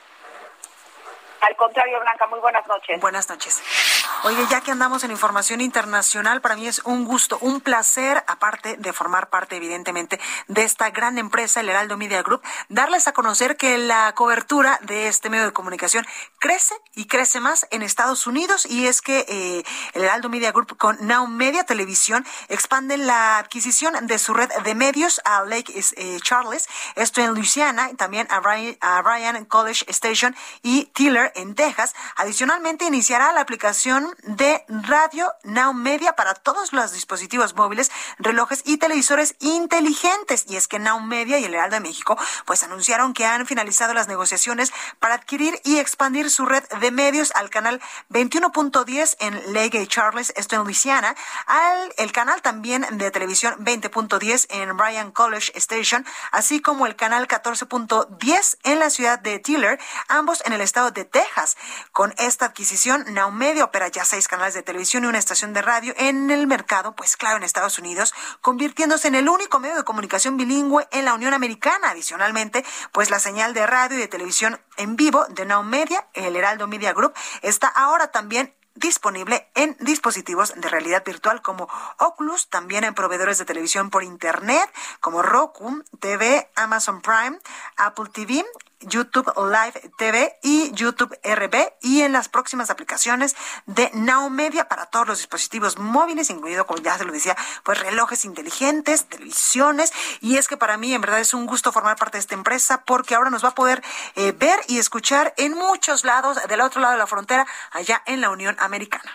Al contrario, Blanca, muy buenas noches. Buenas noches. Oye, ya que andamos en información internacional, para mí es un gusto, un placer, aparte de formar parte, evidentemente, de esta gran empresa, el Heraldo Media Group, darles a conocer que la cobertura de este medio de comunicación crece y crece más en Estados Unidos, y es que eh, el Heraldo Media Group con Now Media Televisión expande la adquisición de su red de medios a Lake eh, Charles, esto en Luisiana, y también a Bryan, a Bryan College Station y Tyler en Texas. Adicionalmente, iniciará la aplicación de Radio Now Media para todos los dispositivos móviles, relojes y televisores inteligentes. Y es que Now Media y el Heraldo de México pues anunciaron que han finalizado las negociaciones para adquirir y expandir su red de medios al canal veintiuno punto diez en Lake Charles, esto en Luisiana, al el canal también de televisión veinte punto diez en Bryan College Station, así como el canal catorce punto diez en la ciudad de Tyler, ambos en el estado de Texas. Con esta adquisición, Now Media opera ya seis canales de televisión y una estación de radio en el mercado, pues claro, en Estados Unidos, convirtiéndose en el único medio de comunicación bilingüe en la Unión Americana. Adicionalmente, pues la señal de radio y de televisión en vivo de Now Media, el Heraldo Media Group, está ahora también disponible en dispositivos de realidad virtual como Oculus, también en proveedores de televisión por internet como Roku, T V, Amazon Prime, Apple T V, YouTube Live T V y YouTube R B, y en las próximas aplicaciones de Now Media para todos los dispositivos móviles, incluido, como ya se lo decía, pues relojes inteligentes, televisiones. Y es que para mí en verdad es un gusto formar parte de esta empresa, porque ahora nos va a poder eh, ver y escuchar en muchos lados del otro lado de la frontera, allá en la Unión Americana.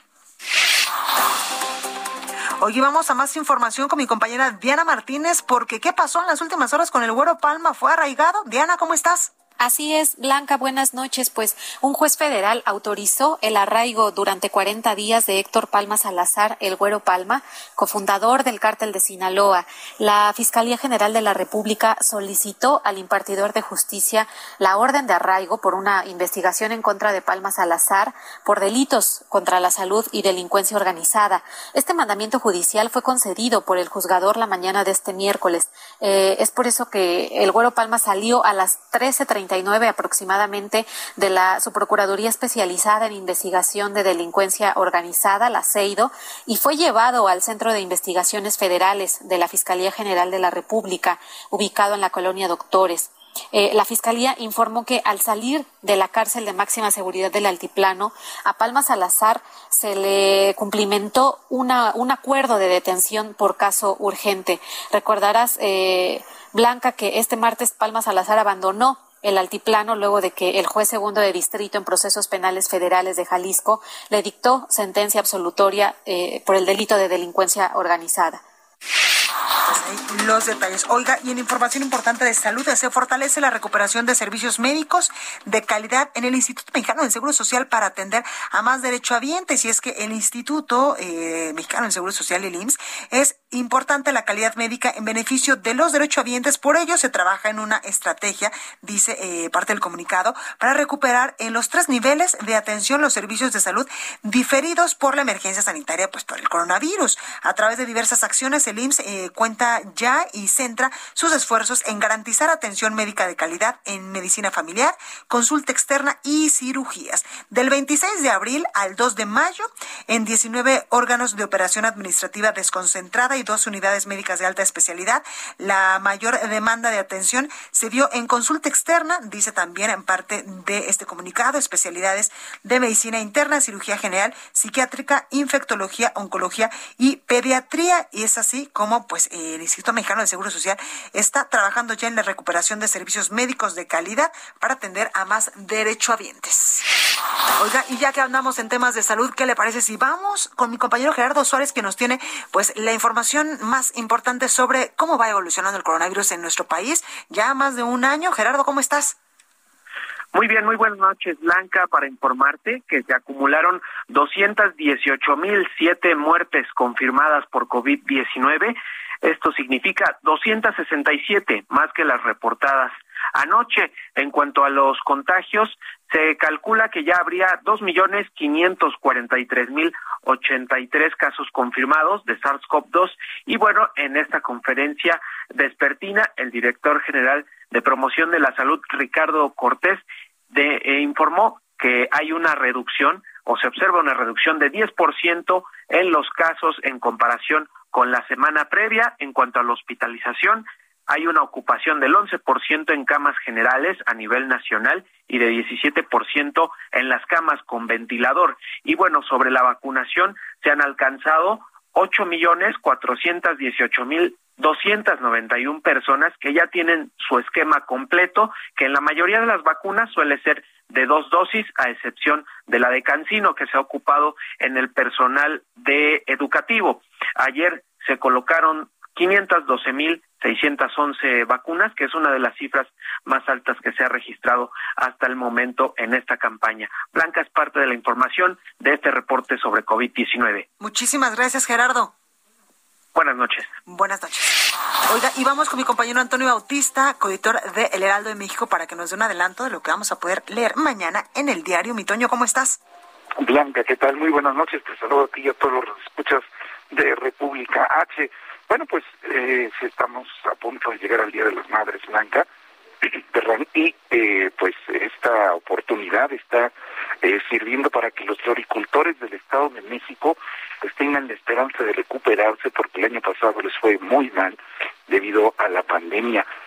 Hoy vamos a más información con mi compañera Diana Martínez, porque ¿qué pasó en las últimas horas con el Güero Palma? ¿Fue arraigado? Diana, ¿cómo estás? Así es, Blanca, buenas noches. Pues un juez federal autorizó el arraigo durante cuarenta días de Héctor Palma Salazar, el Güero Palma, cofundador del Cártel de Sinaloa. La Fiscalía General de la República solicitó al impartidor de justicia la orden de arraigo por una investigación en contra de Palma Salazar por delitos contra la salud y delincuencia organizada. Este mandamiento judicial fue concedido por el juzgador la mañana de este miércoles. Eh, es por eso que el Güero Palma salió a las trece treinta y nueve aproximadamente de la su Procuraduría Especializada en Investigación de Delincuencia Organizada, la CEIDO, y fue llevado al Centro de Investigaciones Federales de la Fiscalía General de la República, ubicado en la colonia Doctores. Eh, la Fiscalía informó que al salir de la cárcel de máxima seguridad del Altiplano, a Palma Salazar se le cumplimentó una, un acuerdo de detención por caso urgente. Recordarás, eh, Blanca, que este martes Palma Salazar abandonó el Altiplano luego de que el juez segundo de distrito en procesos penales federales de Jalisco le dictó sentencia absolutoria eh, por el delito de delincuencia organizada. Pues ahí los detalles. Oiga, y en información importante de salud, se fortalece la recuperación de servicios médicos de calidad en el Instituto Mexicano del Seguro Social para atender a más derechohabientes. Y es que el Instituto eh, Mexicano del Seguro Social, el I M S S, es importante la calidad médica en beneficio de los derechohabientes. Por ello se trabaja en una estrategia, dice eh, parte del comunicado, para recuperar en los tres niveles de atención los servicios de salud diferidos por la emergencia sanitaria, pues por el coronavirus. A través de diversas acciones, el I M S S eh, cuenta ya y centra sus esfuerzos en garantizar atención médica de calidad en medicina familiar, consulta externa y cirugías. Del veintiséis de abril al dos de mayo, en diecinueve órganos de operación administrativa desconcentrada y dos unidades médicas de alta especialidad, la mayor demanda de atención se dio en consulta externa, dice también en parte de este comunicado, especialidades de medicina interna, cirugía general, psiquiátrica, infectología, oncología y pediatría. Y es así como pues el Instituto Mexicano del Seguro Social está trabajando ya en la recuperación de servicios médicos de calidad para atender a más derechohabientes. Oiga, y ya que andamos en temas de salud, ¿qué le parece si vamos con mi compañero Gerardo Suárez, que nos tiene pues la información más importante sobre cómo va evolucionando el coronavirus en nuestro país? Ya más de un año. Gerardo, ¿cómo estás? Muy bien, muy buenas noches, Blanca, para informarte que se acumularon doscientos dieciocho mil siete muertes confirmadas por COVID diecinueve. Esto significa doscientos sesenta y siete más que las reportadas anoche. En cuanto a los contagios, se calcula que ya habría dos millones quinientos cuarenta y tres mil ochenta y tres casos confirmados de SARS-CoV dos. Y bueno, en esta conferencia vespertina, el director general de Promoción de la Salud, Ricardo Cortés, de, eh, informó que hay una reducción o se observa una reducción de diez por ciento en los casos en comparación con la semana previa. En cuanto a la hospitalización, hay una ocupación del once por ciento en camas generales a nivel nacional y de diecisiete por ciento en las camas con ventilador. Y bueno, sobre la vacunación, se han alcanzado ocho millones cuatrocientos dieciocho mil doscientos noventa y una personas que ya tienen su esquema completo, que en la mayoría de las vacunas suele ser de dos dosis, a excepción de la de CanSino, que se ha ocupado en el personal de educativo. Ayer se colocaron quinientos doce mil seiscientos once vacunas, que es una de las cifras más altas que se ha registrado hasta el momento en esta campaña. Blanca, es parte de la información de este reporte sobre COVID diecinueve. Muchísimas gracias, Gerardo. Buenas noches. Buenas noches. Oiga, y vamos con mi compañero Antonio Bautista, coeditor de El Heraldo de México, para que nos dé un adelanto de lo que vamos a poder leer mañana en el diario. Mi Toño, ¿cómo estás? Blanca, ¿qué tal? Muy buenas noches. Te saludo a ti y a todos los escuchas de República H. Bueno, pues eh, estamos a punto de llegar al Día de las Madres, Blanca, perdón, y eh, pues esta oportunidad está eh, sirviendo para que los floricultores del Estado de México pues tengan la esperanza de recuperarse, porque el año pasado les fue muy mal debido a la pandemia.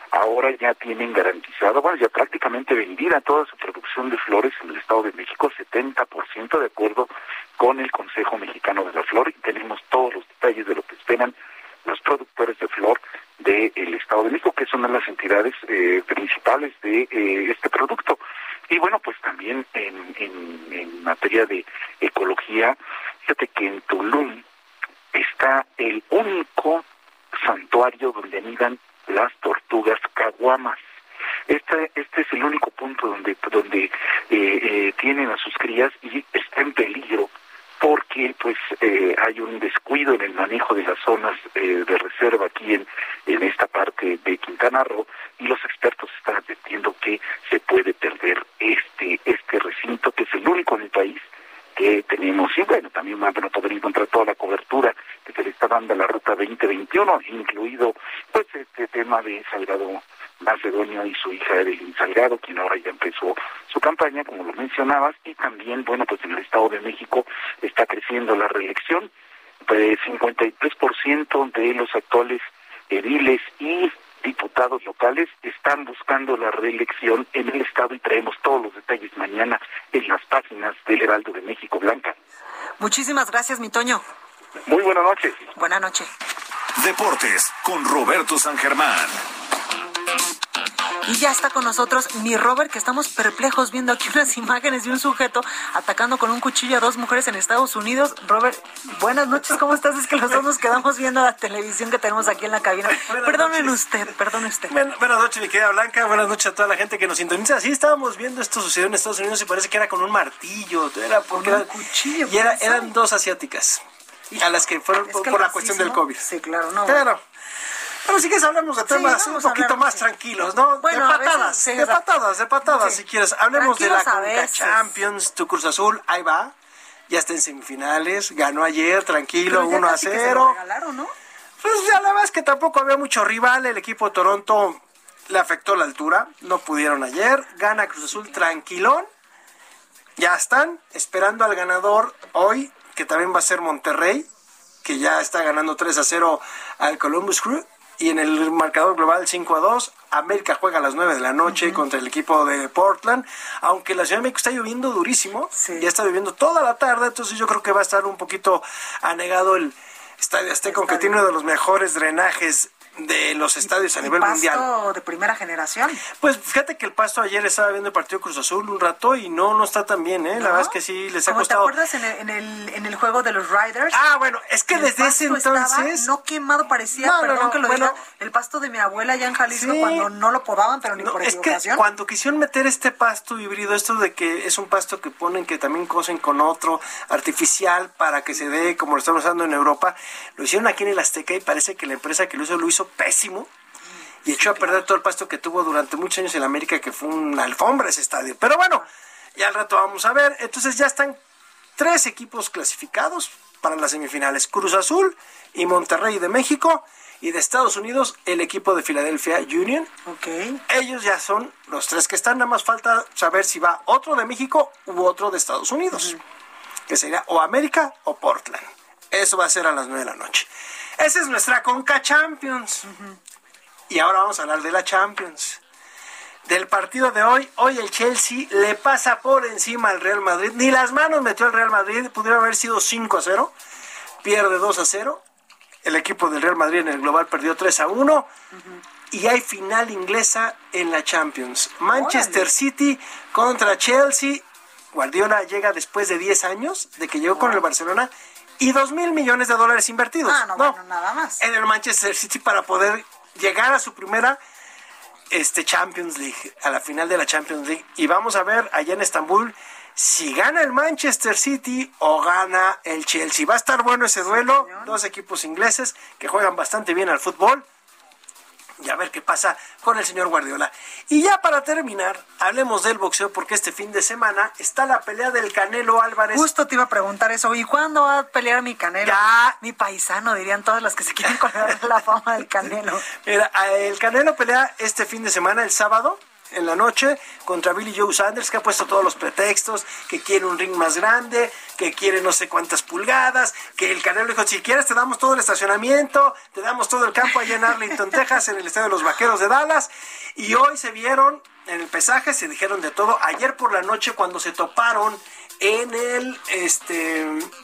ahora ya tienen garantizado, bueno, ya prácticamente vendida toda su producción de flores en el Estado de México, setenta por ciento de acuerdo con el Consejo Mexicano de la Flor, y tenemos todos los detalles de lo que esperan los productores de flor del Estado de México, que es una de las entidades eh, principales de eh, este producto. Y bueno, pues también en, en, en materia de ecología, fíjate que en Tulum está el único santuario donde anidan las tortugas caguamas. Este, este es el único punto donde, donde eh, eh, tienen a sus crías y está en peligro porque pues eh, hay un descuido en el manejo de las zonas eh, de reserva aquí en, en esta parte de Quintana Roo, y los expertos están advirtiendo que se puede perder este este recinto, que es el único en el país que tenemos. Y bueno, también van a poder encontrar toda la cobertura que se le está dando a la Ruta veinte veintiuno, incluido pues este tema de Salgado Macedonio y su hija Evelyn Salgado, quien ahora ya empezó su campaña, como lo mencionabas, y también, bueno, pues en el Estado de México está creciendo la reelección. Pues cincuenta y tres por ciento de los actuales ediles y diputados locales están buscando la reelección en el Estado, y traemos todos los detalles mañana en las páginas del Heraldo de México. Blanca. Muchísimas gracias, mi Toño. Muy buenas noches. Buenas noches. Deportes con Roberto San Germán. Y ya está con nosotros mi Robert, que estamos perplejos viendo aquí unas imágenes de un sujeto atacando con un cuchillo a dos mujeres en Estados Unidos. Robert, buenas noches, ¿cómo estás? Es que los dos nos quedamos viendo la televisión que tenemos aquí en la cabina. Perdonen usted, perdone usted. Bueno, buenas noches, mi querida Blanca, buenas noches a toda la gente que nos sintoniza. Sí, estábamos viendo esto sucedió en Estados Unidos y parece que era con un martillo, era porque con un era, cuchillo. Y era, eran dos asiáticas, a las que fueron por, por la cuestión del COVID. Sí, claro, no. Pero... Pero si quieres hablamos de temas sí, un poquito más sí. tranquilos, ¿no? Bueno, de patadas, veces, sí, de patadas, de patadas, sí. si quieres. Hablemos Tranquilos de la Conca Champions, tu Cruz Azul, ahí va. Ya está en semifinales, ganó ayer, tranquilo, uno a cero. Se lo regalaron, ¿no? Pues ya la verdad es que tampoco había mucho rival, el equipo de Toronto le afectó la altura, no pudieron ayer, gana Cruz Azul tranquilón. Ya están esperando al ganador hoy, que también va a ser Monterrey, que ya está ganando tres a cero al Columbus Crew. Y en el marcador global cinco a dos, América juega a las nueve de la noche uh-huh. contra el equipo de Portland, aunque la Ciudad de México está lloviendo durísimo, sí. ya está lloviendo toda la tarde, entonces yo creo que va a estar un poquito anegado el Estadio Azteca, aunque tiene uno de los mejores drenajes de los estadios a nivel pasto mundial. De primera generación. Pues fíjate que el Pasto ayer estaba viendo el partido Cruz Azul un rato y no no está tan bien, ¿eh? ¿No? La verdad es que sí les ha ¿Cómo costado. ¿Te acuerdas en el, en el en el juego de los Riders? Ah, bueno, es que desde ese entonces no quemado parecía, no, perdón no, no, que lo bueno, diga, el pasto de mi abuela allá en Jalisco sí. cuando no lo podaban, pero ni no, por es equivocación. Que cuando quisieron meter este pasto híbrido, esto de que es un pasto que ponen que también cosen con otro artificial para que se dé como lo están usando en Europa, lo hicieron aquí en el Azteca y parece que la empresa que lo hizo lo hizo pésimo. Y echó a perder todo el pasto que tuvo durante muchos años en América, que fue una alfombra ese estadio. Pero bueno, ya al rato vamos a ver. Entonces ya están tres equipos clasificados para las semifinales. Cruz Azul y Monterrey de México. Y de Estados Unidos, el equipo de Philadelphia Union. Okay. Ellos ya son los tres que están. Nada más falta saber si va otro de México u otro de Estados Unidos. Uh-huh. Que sería o América o Portland. Eso va a ser a las nueve de la noche. Esa es nuestra Conca Champions. Uh-huh. Y ahora vamos a hablar de la Champions. Del partido de hoy, hoy el Chelsea le pasa por encima al Real Madrid. Ni las manos metió el Real Madrid, pudiera haber sido cinco a cero. Pierde dos a cero. El equipo del Real Madrid en el global perdió tres a uno. Uh-huh. Y hay final inglesa en la Champions. Manchester Órale. City contra Chelsea. Guardiola llega después de diez años de que llegó oh. con el Barcelona. Y dos mil millones de dólares invertidos. Ah, no, no, bueno, nada más. En el Manchester City para poder llegar a su primera este, Champions League, a la final de la Champions League. Y vamos a ver allá en Estambul si gana el Manchester City o gana el Chelsea. Va a estar bueno ese duelo. Sí, dos equipos ingleses que juegan bastante bien al fútbol. Y a ver qué pasa con el señor Guardiola. Y ya para terminar, hablemos del boxeo, porque este fin de semana está la pelea del Canelo Álvarez. Justo te iba a preguntar eso. ¿Y cuándo va a pelear mi Canelo? Ya. Mi paisano, dirían todas las que se quieren colgar la fama del Canelo. Mira, el Canelo pelea este fin de semana, el sábado, en la noche contra Billy Joe Saunders, que ha puesto todos los pretextos, que quiere un ring más grande, que quiere no sé cuántas pulgadas, que el Canelo dijo, si quieres te damos todo el estacionamiento, te damos todo el campo allá en Arlington, Texas, en el estadio de los Vaqueros de Dallas, y hoy se vieron en el pesaje, se dijeron de todo. Ayer por la noche cuando se toparon en el, este,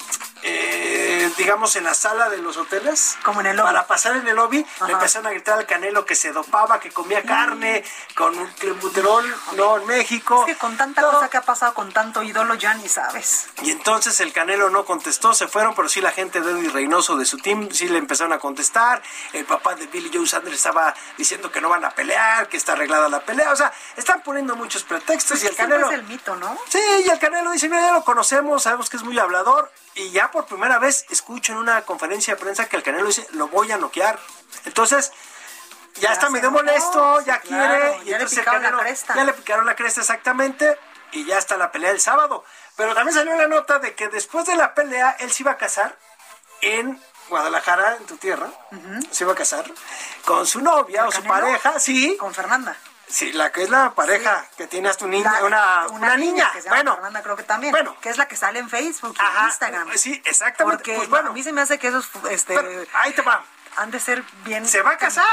eh, digamos, en la sala de los hoteles, como en el lobby, para pasar en el lobby, le empezaron a gritar al Canelo que se dopaba, que comía carne, con un clenbuterol, no, en México. Es que con tanta no. cosa que ha pasado, con tanto ídolo, ya ni sabes. Y entonces el Canelo no contestó, se fueron, pero sí la gente de Eddie Reynoso de su team, sí le empezaron a contestar. El papá de Billy Joe Saunders estaba diciendo que no van a pelear, que está arreglada la pelea, o sea, están poniendo muchos pretextos. Pues y el Canelo es el mito, ¿no? Sí, y el Canelo dice, mira, ya lo conocemos, sabemos que es muy hablador, y ya por primera vez escucho en una conferencia de prensa que el Canelo dice, lo voy a noquear. Entonces, ya, ya está medio molesto, ya sí, quiere, claro, y ya entonces le picaron el Canelo, la cresta. ya le picaron la cresta exactamente, y ya está la pelea el sábado. Pero también salió la nota de que después de la pelea, él se iba a casar en Guadalajara, en tu tierra, uh-huh. se iba a casar con su novia o su Canelo? pareja, sí. Con Fernanda. Sí, la que es la pareja sí. que tiene a tu niña, la, una, una, una niña, niña que se llama bueno, Fernanda, creo que también, bueno, que es la que sale en Facebook y ajá, en Instagram. Sí, exactamente. Porque pues bueno, a mí se me hace que esos, este, pero, ahí te va. Han de ser bien. Se va a casar.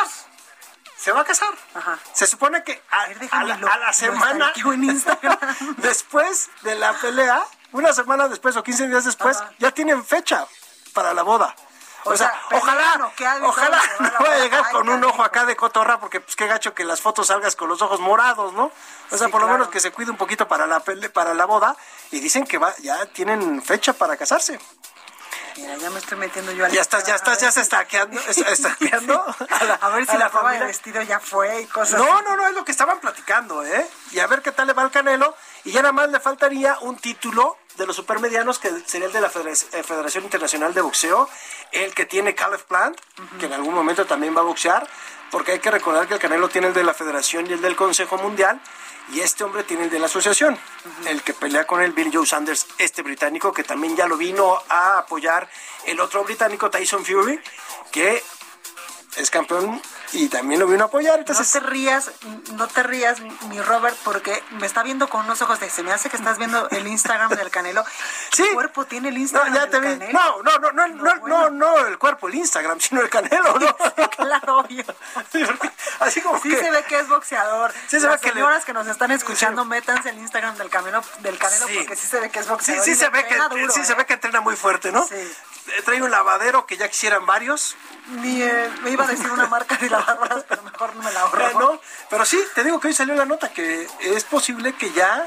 Se va a casar. Ajá. Se supone que a, a, ver, a, la, lo, a la semana en Instagram. después de la pelea, una semana después o quince días después, ajá. ya tienen fecha para la boda. O, o sea, sea ojalá, no, ojalá no vaya a llegar con un ojo acá de cotorra, porque pues qué gacho que las fotos salgas con los ojos morados, ¿no? O sea, sí, por claro. lo menos que se cuide un poquito para la pele, para la boda, y dicen que va, ya tienen fecha para casarse. Mira, ya me estoy metiendo yo al... Ya estás, ya estás, ya se está quedando, está quedando sí. a, la, a ver si a la, la prueba de vestido ya fue y cosas No, así. no, no, es lo que estaban platicando, ¿eh? Y a ver qué tal le va al Canelo, y ya nada más le faltaría un título de los supermedianos, que sería el de la Federación Internacional de Boxeo, el que tiene Caleb Plant, uh-huh. que en algún momento también va a boxear, porque hay que recordar que el Canelo tiene el de la Federación y el del Consejo Mundial, y este hombre tiene el de la asociación, uh-huh. el que pelea con el Billy Joe Saunders, este británico, que también ya lo vino a apoyar el otro británico, Tyson Fury, que es campeón y también lo vino a apoyar. Entonces... No te rías, no te rías, mi Robert, porque me está viendo con unos ojos de, se me hace que estás viendo el Instagram del Canelo. Sí. ¿El cuerpo tiene el Instagram no, ya del te vi. Canelo? No, no, no, no, no, no, bueno. no, no el cuerpo, el Instagram, sino el Canelo, ¿no? Claro, obvio. Sí, así como sí que... se ve que es boxeador. Sí se Las ve que señoras le... que nos están escuchando, sí. métanse el Instagram del Canelo, del Canelo sí. porque sí se ve que es boxeador. Sí, sí se ve que duro, sí ¿eh? se ve que entrena muy fuerte, ¿no? Sí. Trae un lavadero que ya quisieran varios. Ni, eh, me iba a decir una marca de lavadoras, pero mejor no me la ahorro. Eh, no, pero sí, te digo que hoy salió la nota que es posible que ya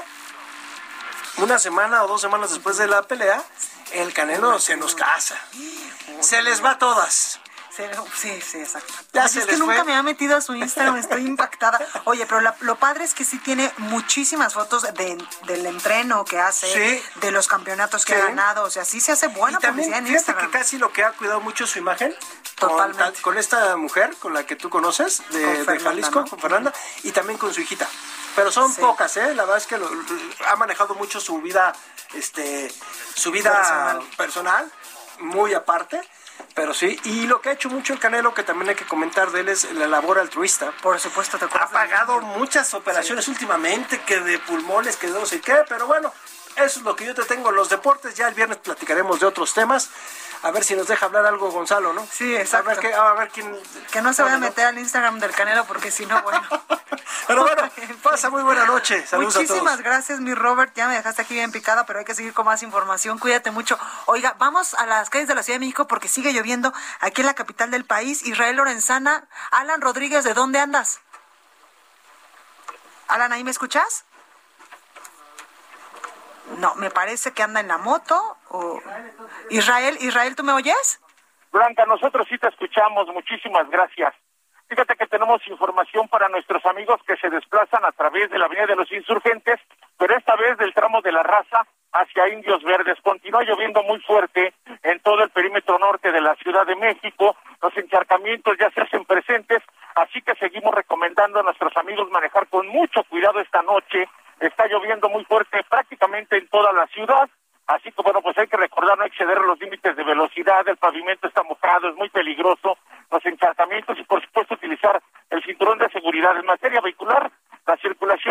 una semana o dos semanas después de la pelea, el Canelo se nos casa. Se les va a todas. Sí, sí, exacto. Ya Oye, se es les que nunca fue. me ha metido a su Instagram, estoy impactada. Oye, pero la, lo padre es que sí tiene muchísimas fotos de, del entreno que hace, sí. de los campeonatos que sí. ha ganado. O sea, sí se hace buena y también, publicidad en fíjate Instagram. Que casi lo que ha cuidado mucho su imagen. Totalmente. Con, con esta mujer, con la que tú conoces, de, Fernanda, de Jalisco, ¿no? Con Fernanda, uh-huh. y también con su hijita. Pero son sí. pocas, ¿eh? La verdad es que lo, lo, ha manejado mucho su vida, este, su vida personal, personal muy aparte. Pero sí, y lo que ha hecho mucho el Canelo, que también hay que comentar de él, es la labor altruista. Por supuesto, te ha pagado muchas operaciones sí. últimamente, que de pulmones, que de no sé qué, pero bueno, eso es lo que yo te tengo en los deportes. Ya el viernes platicaremos de otros temas. A ver si nos deja hablar algo Gonzalo, ¿no? Sí, exacto. A ver, qué, a ver quién... Que no se vaya a meter al Instagram del Canelo, porque si no, bueno... Pero bueno, pasa muy buena noche. Saludos a todos. Muchísimas gracias, mi Robert. Ya me dejaste aquí bien picada, pero hay que seguir con más información. Cuídate mucho. Oiga, vamos a las calles de la Ciudad de México porque sigue lloviendo aquí en la capital del país. Israel Lorenzana. Alan Rodríguez, ¿de dónde andas? Alan, ¿ahí me escuchas? No, me parece que anda en la moto. O... Israel, Israel, ¿tú me oyes? Blanca, nosotros sí te escuchamos. Muchísimas gracias. Fíjate que tenemos información para nuestros amigos que se desplazan a través de la Avenida de los Insurgentes, pero esta vez del tramo de la Raza hacia Indios Verdes. Continúa lloviendo muy fuerte en todo el perímetro norte de la Ciudad de México. Los encharcamientos ya se hacen presentes, así que seguimos recomendando a nuestros amigos manejar con mucho cuidado esta noche. Está lloviendo muy fuerte prácticamente en toda la ciudad. Así que, bueno, pues hay que recordar no exceder los límites de velocidad, el pavimento está mojado, es muy peligroso, los encharcamientos y, por supuesto, utilizar el cinturón de seguridad. En materia vehicular, la circulación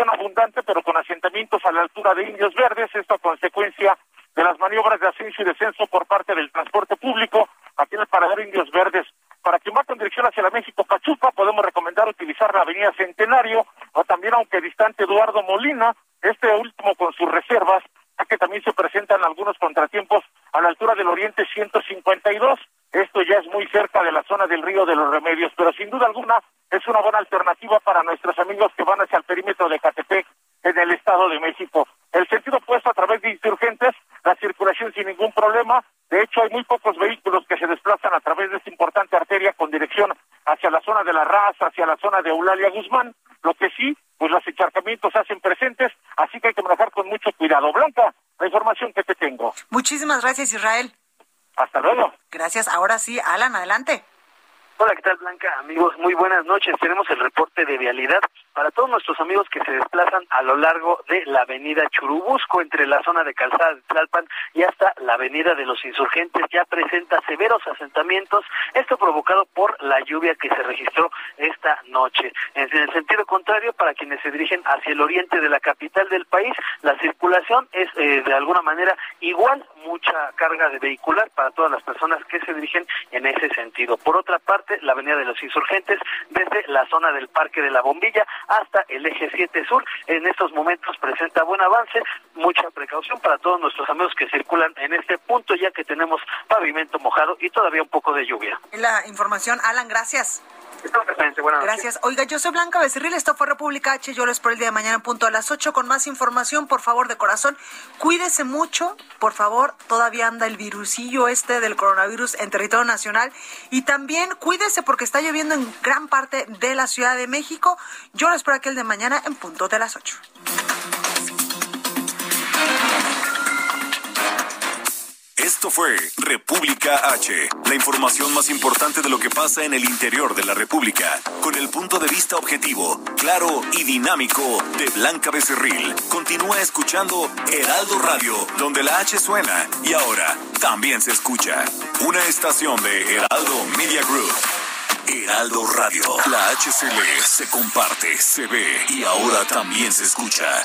la altura de Indios Verdes, esto a consecuencia de las maniobras de ascenso y descenso por parte del transporte público aquí en el paradero Indios Verdes. Para quien va con dirección hacia la México Pachuca, podemos recomendar utilizar la avenida Centenario o también, aunque distante, Eduardo Molina, este último con sus reservas, ya que también se presentan algunos contratiempos a la altura del Oriente ciento cincuenta y dos. Esto ya es muy cerca de la zona del Río de los Remedios, pero sin duda alguna es una buena alternativa para nuestros amigos que van hacia el perímetro de Ecatepec en el Estado de México. El sentido opuesto a través de Insurgentes, la circulación sin ningún problema. De hecho, hay muy pocos vehículos que se desplazan a través de esta importante arteria con dirección hacia la zona de La Raza, hacia la zona de Eulalia Guzmán. Lo que sí, pues los encharcamientos se hacen presentes, así que hay que manejar con mucho cuidado. Blanca, la información que te tengo. Muchísimas gracias, Israel. Hasta luego. Gracias. Ahora sí, Alan, adelante. Hola, ¿qué tal, Blanca? Amigos, muy buenas noches. Tenemos el reporte de vialidad para todos nuestros amigos que se desplazan a lo largo de la avenida Churubusco, entre la zona de Calzada de Tlalpan y hasta la avenida de los Insurgentes. Ya presenta severos asentamientos, esto provocado por la lluvia que se registró esta noche. En el sentido contrario, para quienes se dirigen hacia el oriente de la capital del país, la circulación es eh, de alguna manera igual, mucha carga de vehicular para todas las personas que se dirigen en ese sentido. Por otra parte, la avenida de los Insurgentes, desde la zona del Parque de la Bombilla hasta el eje siete sur, en estos momentos presenta buen avance, mucha precaución para todos nuestros amigos que circulan en este punto, ya que tenemos pavimento mojado y todavía un poco de lluvia. La información, Alan, gracias. Buenas Gracias. Oiga, yo soy Blanca Becerril, esto fue República H, yo lo espero el día de mañana en punto a las ocho con más información, por favor, de corazón. Cuídese mucho, por favor, todavía anda el virusillo este del coronavirus en territorio nacional y también cuídese porque está lloviendo en gran parte de la Ciudad de México. Yo lo espero aquí el de mañana en punto de las ocho. Esto fue República H, la información más importante de lo que pasa en el interior de la República, con el punto de vista objetivo, claro y dinámico de Blanca Becerril. Continúa escuchando Heraldo Radio, donde la H suena y ahora también se escucha. Una estación de Heraldo Media Group. Heraldo Radio, la H se lee, se comparte, se ve y ahora también se escucha.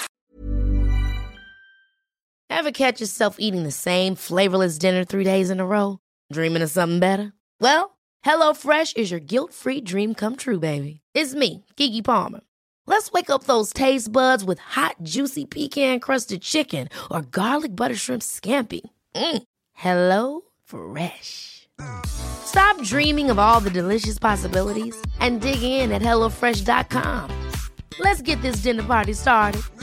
Ever catch yourself eating the same flavorless dinner three days in a row? Dreaming of something better? Well, HelloFresh is your guilt-free dream come true, baby. It's me, Keke Palmer. Let's wake up those taste buds with hot, juicy pecan-crusted chicken or garlic butter shrimp scampi. Mm. Hello Fresh. Stop dreaming of all the delicious possibilities and dig in at hello fresh dot com. Let's get this dinner party started.